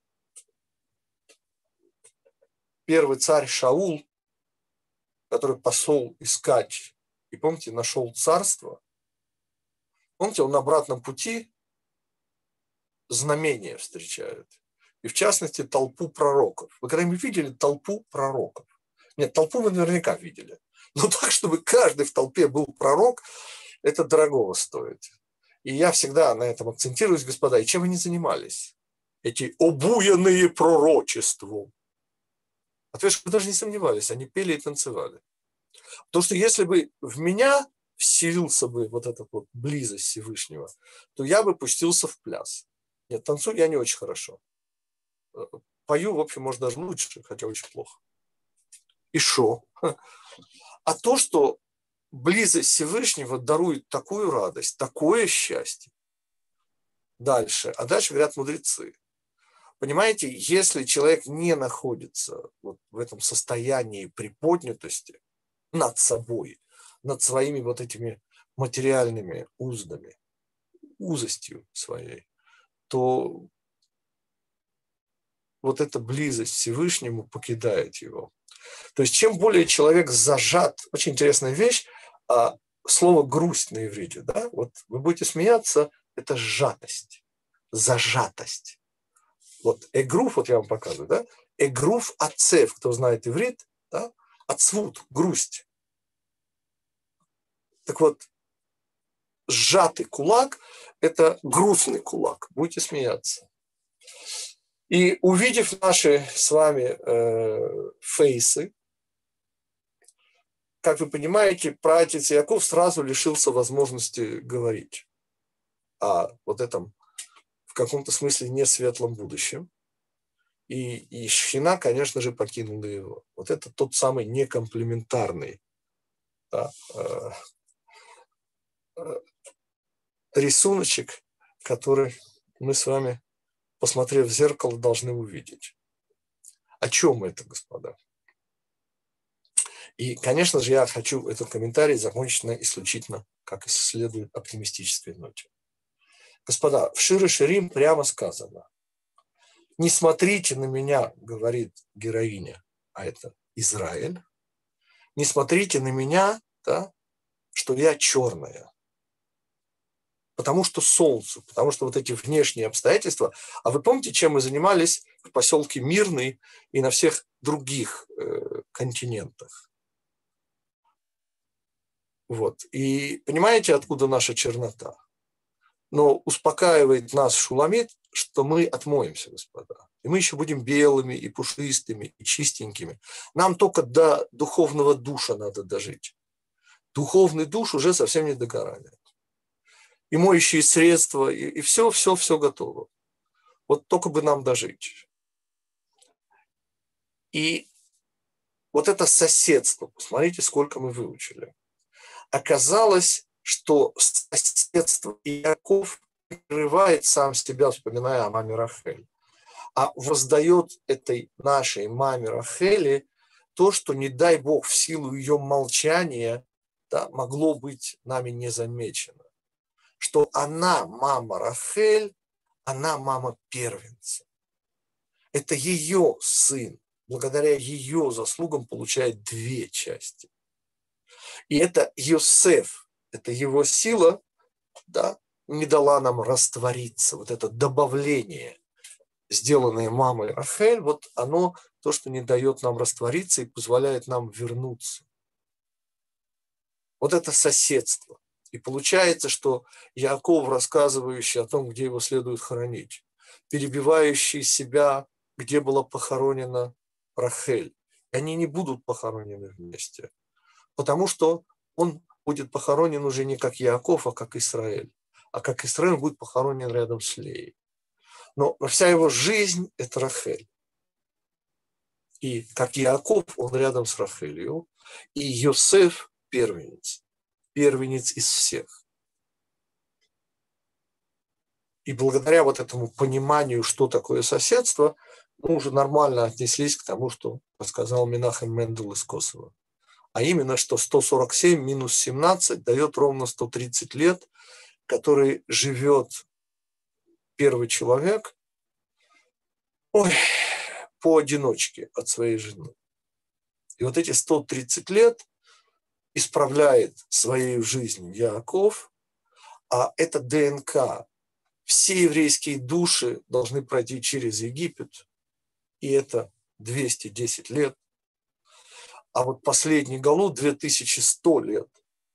первый царь Шаул, который пошел искать, и помните, нашел царство, помните, он на обратном пути знамения встречает. И в частности, толпу пророков. Вы когда-нибудь видели толпу пророков? Нет, толпу вы наверняка видели. Но так, чтобы каждый в толпе был пророк, это дорогого стоит. И я всегда на этом акцентируюсь, господа. И чем они занимались? Эти обуянные пророчеством. Ответ, что вы даже не сомневались, они пели и танцевали. Потому что если бы в меня вселился бы вот эта вот близость Всевышнего, то я бы пустился в пляс. Нет, танцую я не очень хорошо. Пою, в общем, может, даже лучше, хотя очень плохо. И шо? А то, что близость Всевышнего дарует такую радость, такое счастье. Дальше. А дальше говорят мудрецы. Понимаете, если человек не находится вот в этом состоянии приподнятости над собой, над своими вот этими материальными уздами, узостью своей, то вот эта близость к Всевышнему покидает его. То есть чем более человек зажат, очень интересная вещь, слово грусть на иврите, да, вот вы будете смеяться, это сжатость, зажатость. Вот эгруф, вот я вам показываю, да, эгруф ацев, кто знает иврит, да, ацвут, грусть. Так вот, сжатый кулак – это грустный кулак, будете смеяться. И увидев наши с вами э, фейсы, как вы понимаете, праотец Иаков сразу лишился возможности говорить о вот этом в каком-то смысле несветлом будущем. И, и Шхина, конечно же, покинула его. Вот это тот самый некомплементарный, да, э, э, рисуночек, который мы с вами, посмотрев в зеркало, должны увидеть. О чем это, господа? И, конечно же, я хочу этот комментарий закончить на исключительно, как и следует, оптимистической ноте. Господа, в Шир ха-Ширим прямо сказано: не смотрите на меня, говорит героиня, а это Израиль, не смотрите на меня, да, что я черная. Потому что солнцу, потому что вот эти внешние обстоятельства. А вы помните, чем мы занимались в поселке Мирный и на всех других э, континентах? Вот. И понимаете, откуда наша чернота? Но успокаивает нас Шуламит, что мы отмоемся, господа. И мы еще будем белыми и пушистыми, и чистенькими. Нам только до духовного душа надо дожить. Духовный душ уже совсем не догорает. И моющие средства, и, и все, все, все готово. Вот только бы нам дожить. И вот это соседство, посмотрите, сколько мы выучили. Оказалось, что соседство Иаков прикрывает сам себя, вспоминая о маме Рахель, а воздает этой нашей маме Рахели то, что, не дай Бог, в силу ее молчания, да, могло быть нами не замечено. Что она, мама Рахель, она мама первенца. Это ее сын, благодаря ее заслугам, получает две части. И это Йосеф, это его сила, да, не дала нам раствориться. Вот это добавление, сделанное мамой Рахель, вот оно то, что не дает нам раствориться и позволяет нам вернуться. Вот это соседство. И получается, что Иаков, рассказывающий о том, где его следует хоронить, перебивающий себя, где была похоронена Рахель, они не будут похоронены вместе. Потому что он будет похоронен уже не как Иаков, а как Исраэль. А как Исраэль будет похоронен рядом с Леей. Но вся его жизнь – это Рахель. И как Иаков, он рядом с Рахелью. И Йосеф – первенец. Первенец из всех. И благодаря вот этому пониманию, что такое соседство, мы уже нормально отнеслись к тому, что рассказал Менахем Мендел из Косово. А именно, что сто сорок семь минус семнадцать дает ровно сто тридцать лет, который живет первый человек, ой, поодиночке от своей жены. И вот эти сто тридцать лет исправляет своей жизнью Яаков, а это ДНК. Все еврейские души должны пройти через Египет, и это двести десять лет. А вот последний Галут две тысячи сто лет.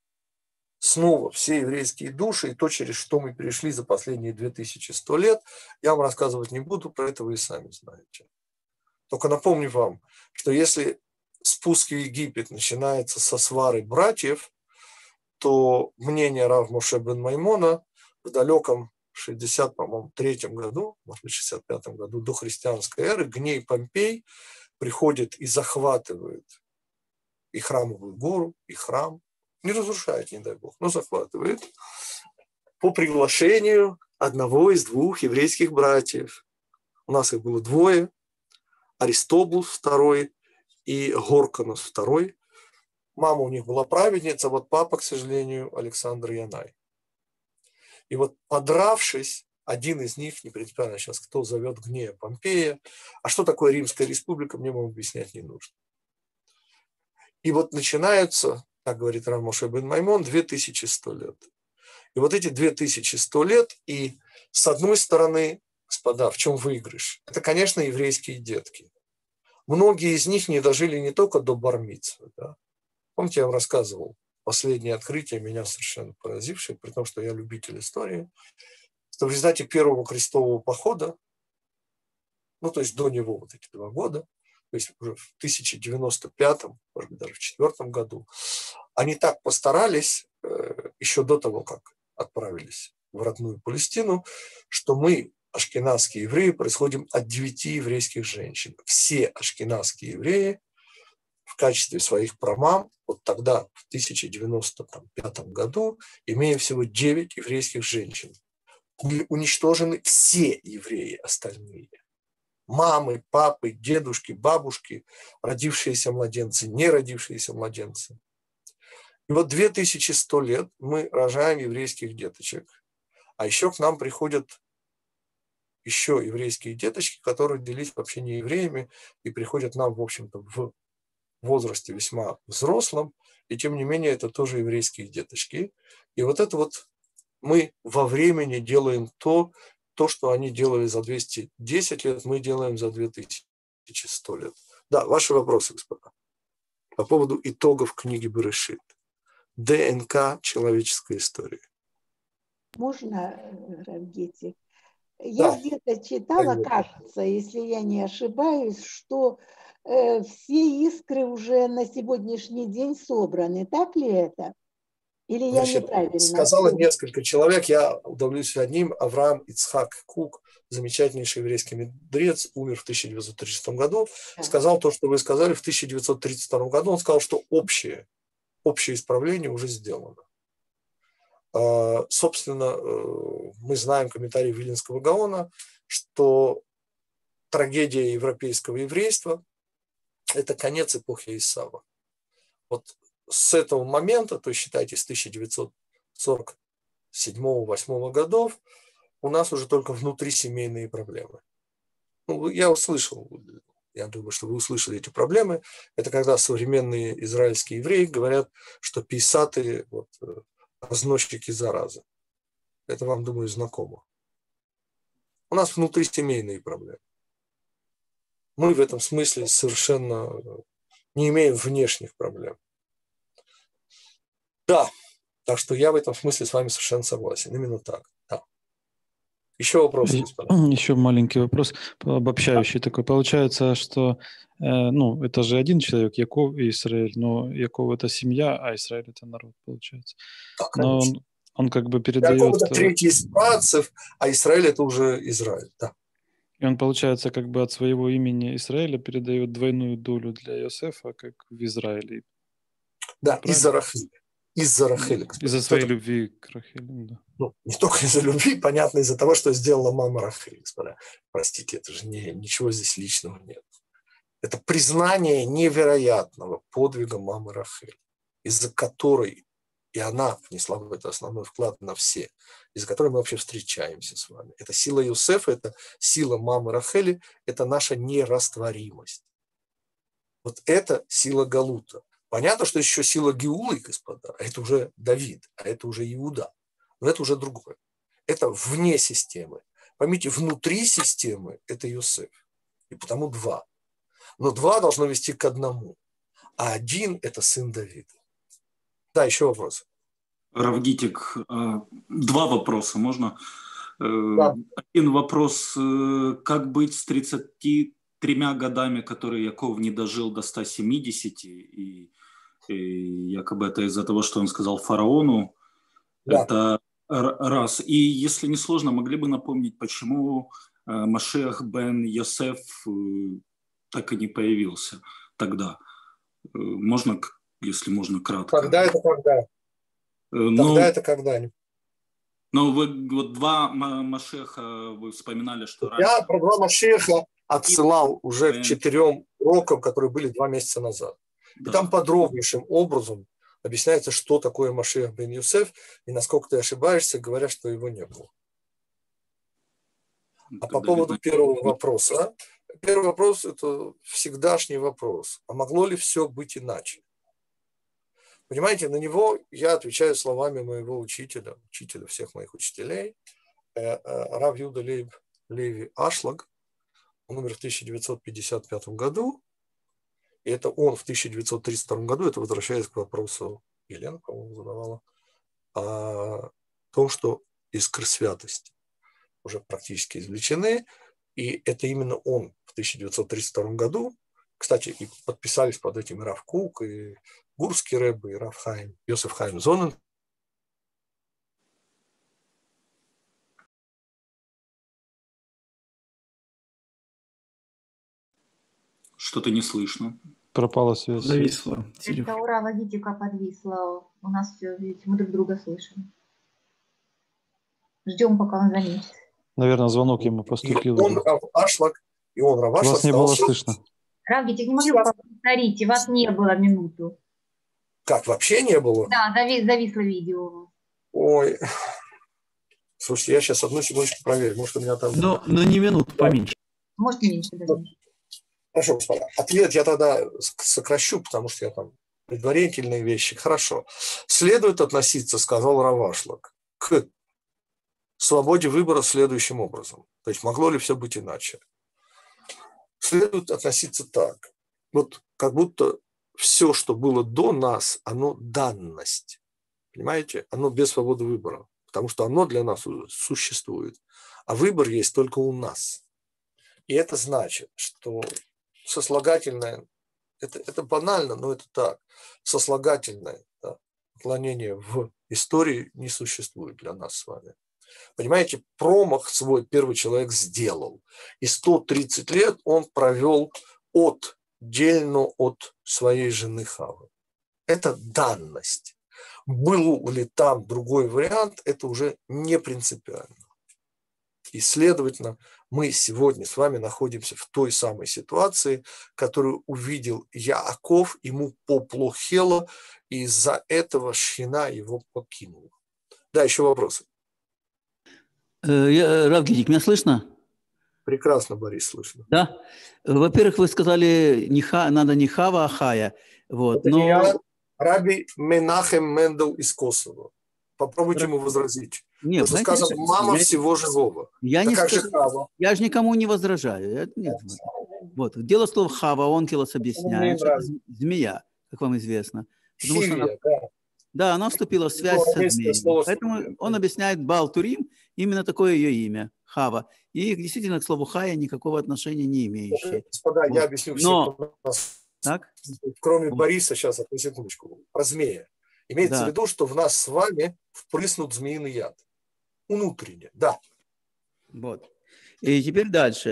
Снова все еврейские души, и то, через что мы перешли за последние две тысячи сто лет, я вам рассказывать не буду, про это вы и сами знаете. Только напомню вам, что если спуск в Египет начинается со свары братьев, то мнение Рав Моше бен Маймона в далеком шестьдесят, по-моему, третьем году, может быть, шестьдесят пятом году до христианской эры, Гней Помпей приходит и захватывает и храмовую гору, и храм. Не разрушает, не дай бог, но захватывает по приглашению одного из двух еврейских братьев. У нас их было двое, Аристобул второй и Горканос второй. Мама у них была праведница, вот папа, к сожалению, Александр Янай. И вот подравшись, один из них, не принципиально сейчас, кто зовет Гнея Помпея, а что такое Римская республика, мне вам объяснять не нужно. И вот начинаются, так говорит Рав Моше бен Маймон, две тысячи сто лет. И вот эти две тысячи сто лет, и с одной стороны, господа, в чем выигрыш? Это, конечно, еврейские детки. Многие из них не дожили не только до бар-мицвы. Да? Помните, я вам рассказывал последнее открытие, меня совершенно поразившее, при том, что я любитель истории, что в результате первого крестового похода, ну, то есть до него вот эти два года, то есть уже в тысяча девяносто пятом, может быть, даже в четвертом году, они так постарались, еще до того, как отправились в родную Палестину, что мы, ашкеназские евреи, происходим от девяти еврейских женщин. Все ашкеназские евреи в качестве своих прамам, вот тогда, в тысяча девяносто пятом году, имея всего девять еврейских женщин. Были уничтожены все евреи остальные. Мамы, папы, дедушки, бабушки, родившиеся младенцы, не родившиеся младенцы. И вот две тысячи сто лет мы рожаем еврейских деточек. А еще к нам приходят еще еврейские деточки, которые родились вообще не евреями и приходят нам, в общем-то, в возрасте весьма взрослом. И тем не менее, это тоже еврейские деточки. И вот это вот мы во времени делаем то, то, что они делали за двести десять лет, мы делаем за две тысячи сто лет. Да, ваши вопросы, господа. По поводу итогов книги Берешит. ДНК человеческой истории. Можно, Равгетик? Да. Я где-то читала, кажется, если я не ошибаюсь, что э, все искры уже на сегодняшний день собраны. Так ли это? Или я Значит, неправильно? сказала несколько человек, я удовлюсь одним. Авраам Ицхак Кук, замечательнейший еврейский мудрец, умер в тысяча девятьсот тридцать шестом году, да. Сказал то, что вы сказали в тысяча девятьсот тридцать втором году. Он сказал, что общее, общее исправление уже сделано. Собственно, мы знаем комментарий Виленского Гаона, что трагедия европейского еврейства – это конец эпохи Исава. Вот с этого момента, то есть считайте с тысяча девятьсот сорок седьмого — восьмого годов, у нас уже только внутрисемейные проблемы. Ну, я услышал, я думаю, что вы услышали эти проблемы. Это когда современные израильские евреи говорят, что пейсаты вот, разносчики заразы. Это вам, думаю, знакомо. У нас внутрисемейные проблемы. Мы в этом смысле совершенно не имеем внешних проблем. Да, так что я в этом смысле с вами совершенно согласен. Именно так. Да. Еще вопрос, господа. Еще маленький вопрос, обобщающий да. такой. Получается, что э, ну, это же один человек, Яков и Израиль, но Яков – это семья, а Израиль – это народ, получается. Да, но он, он как бы передает… Яков – это третий из працев, а Израиль – это уже Израиль, да. И он, получается, как бы от своего имени Израиля передает двойную долю для Иосифа, как в Израиле. Да, из-за Рахили. из-за Рахели. Из-за своей любви к Рахели, да. Ну, не только из-за любви, понятно, из-за того, что сделала мама Рахели, господа. Простите, это же не, ничего здесь личного нет. Это признание невероятного подвига мамы Рахели, из-за которой и она внесла в это основной вклад на все, из-за которой мы вообще встречаемся с вами. Это сила Иосифа, это сила мамы Рахели, это наша нерастворимость. Вот это сила Галута. Понятно, что еще сила Геулы, господа, а это уже Давид, а это уже Иуда. Но это уже другое. Это вне системы. Поймите, внутри системы это Иосиф. И потому два. Но два должно вести к одному. А один – это сын Давида. Да, еще вопрос. Рав Гитик, два вопроса можно? Да. Один вопрос. Как быть с тридцатью тремя годами, которые Яков не дожил до ста семидесяти, и, и якобы это из-за того, что он сказал фараону? Да. Это раз. И если не сложно, могли бы напомнить, почему Машиах бен Йосеф так и не появился тогда? Можно, если можно, кратко? Когда это когда? Ну, тогда это когда? Ну, вы вот два Машеха вы вспоминали, что Я раньше... про два Машеха отсылал уже к четырем урокам, которые были два месяца назад. Да. И там подробнейшим образом объясняется, что такое Машиах бен Йосеф, и насколько ты ошибаешься, говоря, что его не было. А по поводу первого вопроса. Первый вопрос – это всегдашний вопрос. А могло ли все быть иначе? Понимаете, на него я отвечаю словами моего учителя, учителя всех моих учителей, Рав Юда Лейб Леви Ашлаг. Он умер в тысяча девятьсот пятьдесят пятом году. И это он в тысяча девятьсот тридцать втором году, это возвращаясь к вопросу, Елена, по-моему, задавала, о том, что искры святости уже практически извлечены. И это именно он в тысяча девятьсот тридцать втором году, кстати, и подписались под этим и Рав Кук, и Гурский Ребе, и Рав Хайм, Йосеф Хайм Зонен. Что-то не слышно. Пропала связь. Зависла. Это у Рава Гитика подвисла. У нас все, видите, мы друг друга слышим. Ждем, пока он заметит. Наверное, звонок ему поступил. И он Рав Ашлаг, и он Рав Ашлаг. Вас не было слышно. Рав Гитик, не могли повторить, вас не было минуту. Как, вообще не было? Да, завис, зависло видео. Ой. Слушайте, я сейчас одну секундочку проверю. Может, у меня там... Но, но не минуту, поменьше. Может, меньше даже. Хорошо, господа. Ответ я тогда сокращу, потому что я там предварительные вещи. Хорошо. Следует относиться, сказал Рав Ашлаг, к свободе выбора следующим образом. То есть могло ли все быть иначе? Следует относиться так. Вот как будто все, что было до нас, оно данность. Понимаете? Оно без свободы выбора. Потому что оно для нас существует. А выбор есть только у нас. И это значит, что сослагательное, это, это банально, но это так, сослагательное, да, отклонение в истории не существует для нас с вами. Понимаете, промах свой первый человек сделал. И сто тридцать лет он провел отдельно от своей жены Хавы. Это данность. Был ли там другой вариант, это уже не принципиально. И, следовательно, мы сегодня с вами находимся в той самой ситуации, которую увидел Яаков, ему поплохело, и из-за этого Шхина его покинула. Да, еще вопросы? Рав Гитик, меня слышно? Прекрасно, Борис, слышно. Да. Во-первых, вы сказали, не ха, надо не Хава, а Хая. Вот, это но... не я, Раби Менахем Мендел из Косово. Попробуйте ему возразить. Нет, Просто сказано, мама я, всего живого. Я, да не как скажу, же Хава? Я же никому не возражаю. Нет. Вот. Дело слова Хава, Онкелос объясняет, это змея, как вам известно. Потому Хивия, что она, да. Да, она вступила в связь со змеей. Поэтому он объясняет Баал Турим, именно такое ее имя, Хава. И действительно к слову Хая никакого отношения не имеющее. Господа, вот. я объясню Но... всем, нас, так? кроме вот. Бориса, сейчас одну секундочку, про змея. Имеется да. в виду, что в нас с вами впрыснут змеиный яд. Внутренне, да. Вот. И теперь дальше.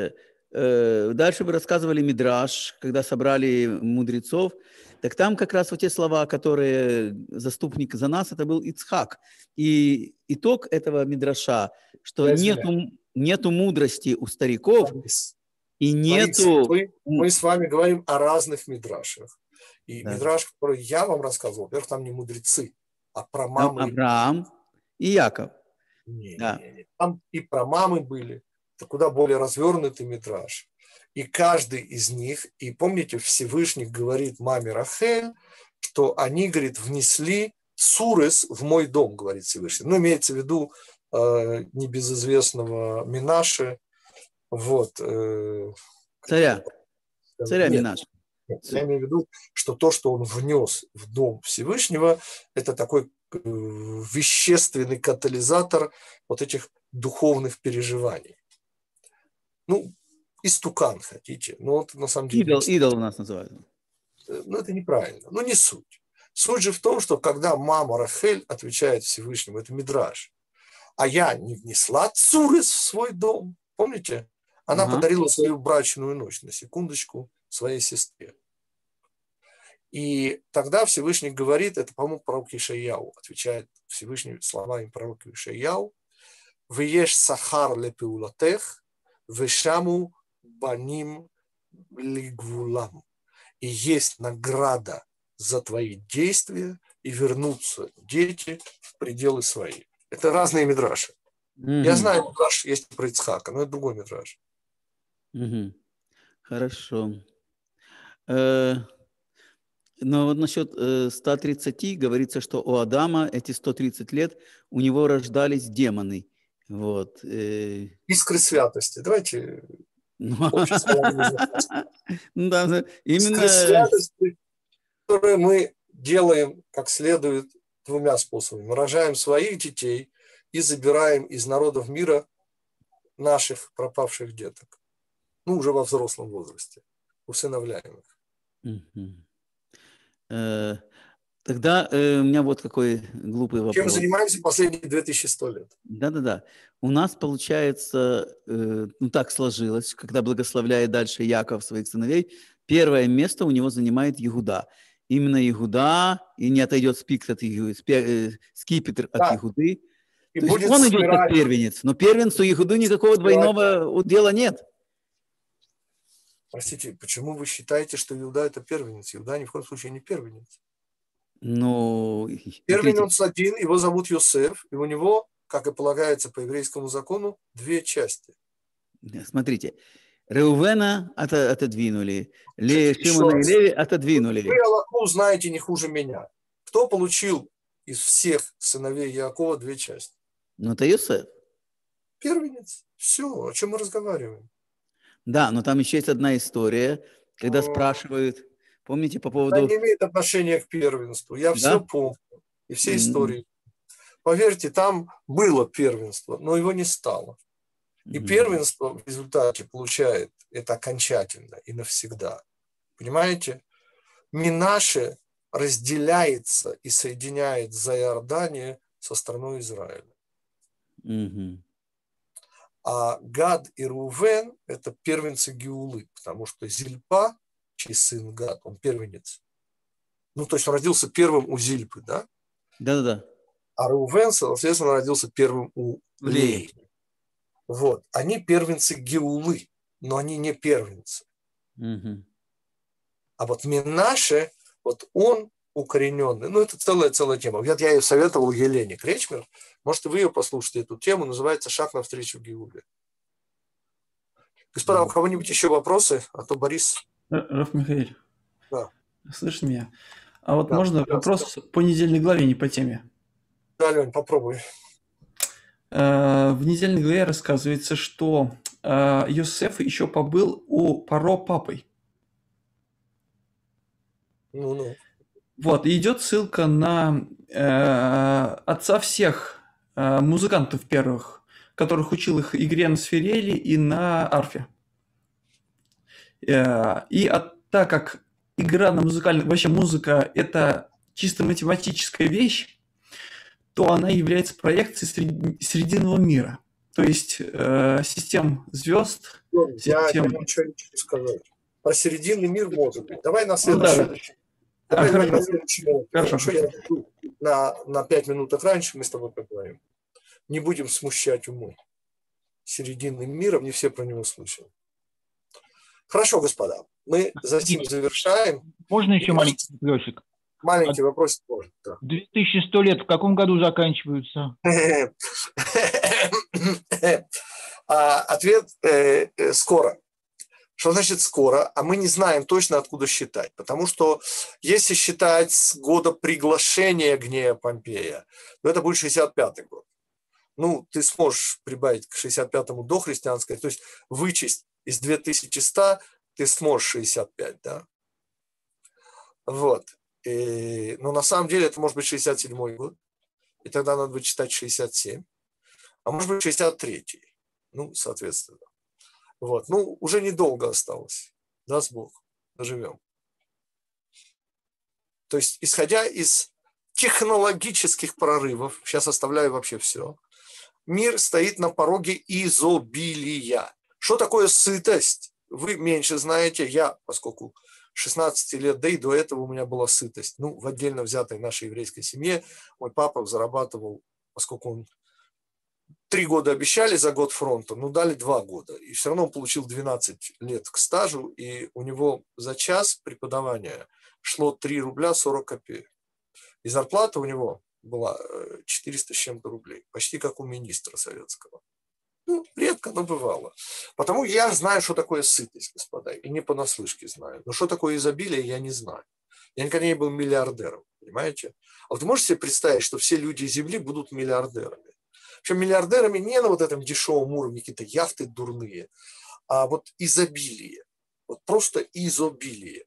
э, дальше вы рассказывали Мидраш, когда собрали мудрецов, так там как раз вот те слова, которые заступник за нас, это был Ицхак. И итог этого Мидраша, что нету, нету мудрости у стариков, Борис, и нету... Борис, мы, мы с вами говорим о разных мидрашах. И Да. мидраш, который я вам рассказывал, во-первых, там не мудрецы, а про мамы. Там Авраам и Яков. Не, Да. не, не. Там и про мамы были. Это куда более развернутый мидраш. И каждый из них, и помните, Всевышний говорит маме Рахель, что они, говорит, внесли сурес в мой дом, говорит Всевышний. Ну, имеется в виду э, небезызвестного Минаше, вот. Э, Царя. Царя нет, Минаша. нет, я имею в виду, что то, что он внес в дом Всевышнего, это такой э, вещественный катализатор вот этих духовных переживаний. Ну, истукан хотите, но это на самом деле... Идол, идол у нас называют. Ну, это неправильно, но не суть. Суть же в том, что когда мама Рахель отвечает Всевышнему, это мидраш, а я не внесла цурес в свой дом, помните? Она Ага. подарила свою брачную ночь, на секундочку, своей сестре. И тогда Всевышний говорит, это, по-моему, пророк Ишаяу, отвечает Всевышний словами пророка Ишаяу, «Вееш сахар лепеулатех, вешаму баним лигвулам». И есть награда за твои действия, и вернутся дети в пределы свои. Это разные мидраши. Мгм. Я знаю, мидраш есть про Ицхака, но это другой мидраш. Мгм. Хорошо. Э, Но вот насчет э, ста тридцати говорится, что у Адама эти сто тридцать лет у него рождались демоны. Вот. э, Искры святости. Давайте ну, общество языка. ну да, да, Искры именно святости, которые мы делаем как следует двумя способами. Мы рожаем своих детей и забираем из народов мира наших пропавших деток. Ну, уже во взрослом возрасте. Усыновляем их. Мгм. Э, Тогда э, у меня вот какой глупый Чем вопрос. занимаемся последние две тысячи сто лет. Да-да-да. У нас, получается, э, ну так сложилось, когда благословляет дальше Яков своих сыновей, первое место у него занимает Иуда. Именно Иуда, и не отойдет спик от Иуды, спе- э, скипетр от Да. Иуды. И То есть будет он идет как спираль. первенец, но первенцу Иуды никакого двойного удела нет. Простите, почему вы считаете, что Иуда это первенец? Иуда ни в коем случае не первенец. Ну, смотрите, Первенец один, его зовут Йосеф, и у него, как и полагается по еврейскому закону, две части. смотрите, Реувена ото- отодвинули, Ле, Еще Шимона и раз. Леви отодвинули. Вы Аллаху знаете не хуже меня. Кто получил из всех сыновей Якова две части? Ну, это Йосеф. Первенец. Все, о чем мы разговариваем. Да, но там еще есть одна история, когда О. спрашивают, помните, по Она поводу... не имеет отношения к первенству. Я Да? все помню. И все М. истории. Поверьте, там было первенство, но его не стало. И Мгм. первенство в результате получает это окончательно и навсегда. Понимаете? Минаше разделяется и соединяет Заиордание со страной Израиля. Мгм. А Гад и Рувен – это первенцы Геулы, потому что Зильпа, чей сын Гад, он первенец. Ну, то есть он родился первым у Зильпы, да? Да-да-да. А Рувен, соответственно, родился первым у Леи. Леи. Вот. Они первенцы Геулы, но они не первенцы. Мгм. А вот Минаше, вот он укорененный. Ну, это целая-целая тема. Вот я ее советовал Елене Кречмер. Может, и вы ее послушаете, эту тему. Называется «Шаг навстречу Геуле». Господа, у кого-нибудь еще вопросы? А то Борис... Р- Раф Михаил. Да. Слышишь меня? А вот Да, можно пожалуйста. вопрос по недельной главе, не по теме. Да, Лень, попробуй. Э, В недельной главе рассказывается, что э, Йосеф еще побыл у Паро папой. Ну-ну. Вот, и идет ссылка на э, отца всех э, музыкантов первых, которых учил их игре на сферели и на арфе. Э, и от- так как игра на музыкальной, вообще музыка – это чисто математическая вещь, то она является проекцией сред- срединного мира. то есть э, систем звезд, Я систем... ничего не хочу сказать. Про серединный мир может быть. Давай на Ну, следующий. да. Давай А, на хорошо. следующий урок. Хорошо. Хорошо, я буду на, на пять минут раньше мы с тобой поговорим. Не будем смущать умы. Серединным миром не все про него слышали. Хорошо, господа. Мы затем завершаем. Можно еще маленький вопросик? Маленький вопрос тоже. Да. две тысячи сто лет в каком году заканчиваются? Ответ скоро. Что значит скоро? А мы не знаем точно, откуда считать. Потому что если считать с года приглашения Гнея Помпея, то это будет шестьдесят пятый год. Ну, ты сможешь прибавить к шестьдесят пятому дохристианской, то есть вычесть из две тысячи ста, ты сможешь шестьдесят пять, да? Вот. И, но на самом деле это может быть шестьдесят седьмой год, и тогда надо будет читать шестьдесят семь, а может быть шестьдесят третий, ну, соответственно. Вот. Ну, уже недолго осталось. Даст Бог. Доживем. То есть, исходя из технологических прорывов, сейчас оставляю вообще все, мир стоит на пороге изобилия. Что такое сытость? Вы меньше знаете. Я, поскольку шестнадцать лет, да и до этого у меня была сытость. Ну, в отдельно взятой нашей еврейской семье мой папа зарабатывал, поскольку он три года обещали за год фронта, ну, дали два года. И все равно он получил двенадцать лет к стажу, и у него за час преподавания шло три рубля сорок копеек. И зарплата у него была четыреста с чем-то рублей, почти как у министра советского. Ну, редко, но бывало. Потому я знаю, что такое сытость, господа, и не понаслышке знаю. Но что такое изобилие, я не знаю. Я никогда не был миллиардером, понимаете? А вот вы можете себе представить, что все люди Земли будут миллиардерами? Причем миллиардерами не на вот этом дешевом уровне, какие-то яхты дурные, а вот изобилие. Вот просто изобилие.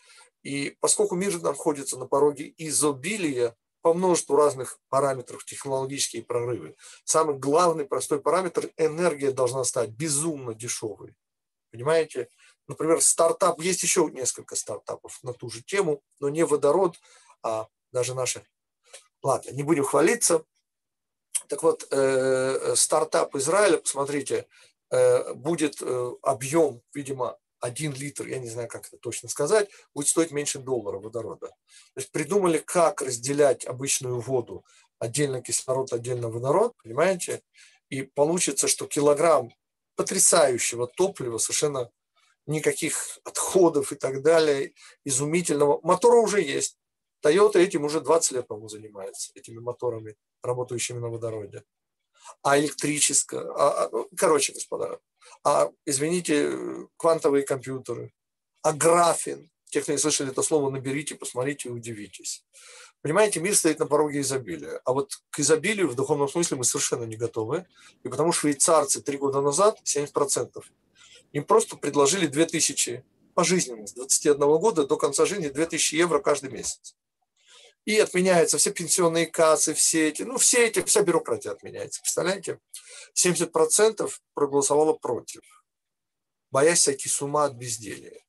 И поскольку мир находится на пороге изобилия, по множеству разных параметров технологические прорывы. Самый главный простой параметр – энергия должна стать безумно дешевой. Понимаете? Например, стартап, есть еще несколько стартапов на ту же тему, но не водород, а даже наши. Ладно, не будем хвалиться. Так вот, э, стартап Израиля, посмотрите, э, будет э, объем, видимо, один литр, я не знаю, как это точно сказать, будет стоить меньше доллара водорода. То есть придумали, как разделять обычную воду, отдельно кислород, отдельно водород, понимаете? И получится, что килограмм потрясающего топлива, совершенно никаких отходов и так далее, изумительного. Мотора уже есть. Toyota этим уже двадцать лет, по-моему, занимается, этими моторами, работающими на водороде. А электрическое, а, короче, господа, а, извините, квантовые компьютеры, а графин, те, кто не слышали это слово, наберите, посмотрите и удивитесь. Понимаете, мир стоит на пороге изобилия, а вот к изобилию в духовном смысле мы совершенно не готовы, и потому швейцарцы три года назад, семьдесят процентов, им просто предложили две тысячи пожизненно, с двадцати одного года до конца жизни две тысячи евро каждый месяц. И отменяются все пенсионные кассы, все эти, ну, все эти, вся бюрократия отменяется. Представляете? семьдесят процентов проголосовало против, боясь сойти с ума от безделия.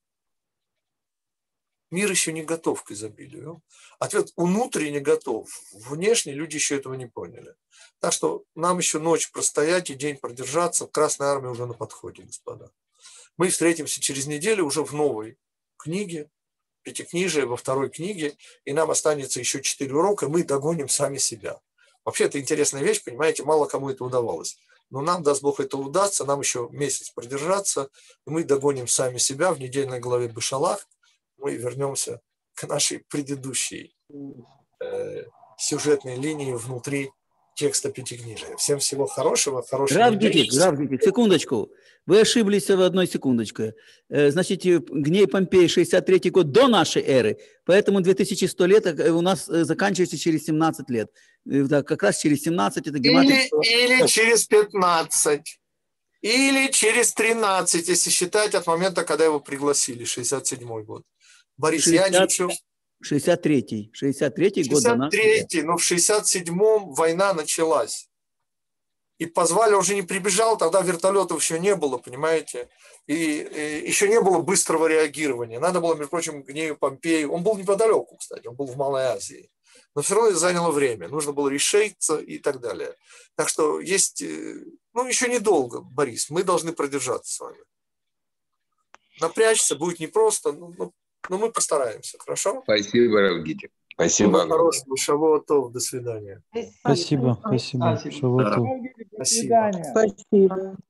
Мир еще не готов к изобилию. Ответ внутренне готов. Внешне люди еще этого не поняли. Так что нам еще ночь простоять и день продержаться. Красная армия уже на подходе, господа. Мы встретимся через неделю уже в новой книге. Пятикнижие во второй книге, и нам останется еще четыре урока, и мы догоним сами себя. Вообще, это интересная вещь, понимаете, мало кому это удавалось. Но нам, даст Бог, это удастся, нам еще месяц продержаться, и мы догоним сами себя в недельной главе Бешалах, мы вернемся к нашей предыдущей э, сюжетной линии внутри текста Пятикнижия. Всем всего хорошего, хорошего Рав Гитик, Рав Гитик, секундочку. Вы ошиблись в одной секундочку. Значит, Гней Помпей шестьдесят третий год до нашей эры, поэтому две тысячи сто лет у нас заканчивается через семнадцать лет. Да, как раз через семнадцать это гематрия. Или, или через пятнадцать, или через тринадцать, если считать от момента, когда его пригласили, шестьдесят седьмой год. Борис, шестьдесят, я ничего... шестьдесят третий, шестьдесят третий год до нас. шестьдесят третий, но в шестьдесят седьмом война началась. И позвали, уже не прибежал, тогда вертолетов еще не было, понимаете? И, и еще не было быстрого реагирования. Надо было, между прочим, Гнею Помпею. Он был неподалеку, кстати, он был в Малой Азии. Но все равно это заняло время. Нужно было решиться и так далее. Так что есть, ну, Ну, еще недолго, Борис, мы должны продержаться с вами. Напрячься будет непросто, но, но, но мы постараемся, хорошо? Спасибо, Равгите. Спасибо. Всего хорошего, шавуатов, до свидания. Спасибо, спасибо. Спасибо. Шавуатов. Спасибо. Спасибо.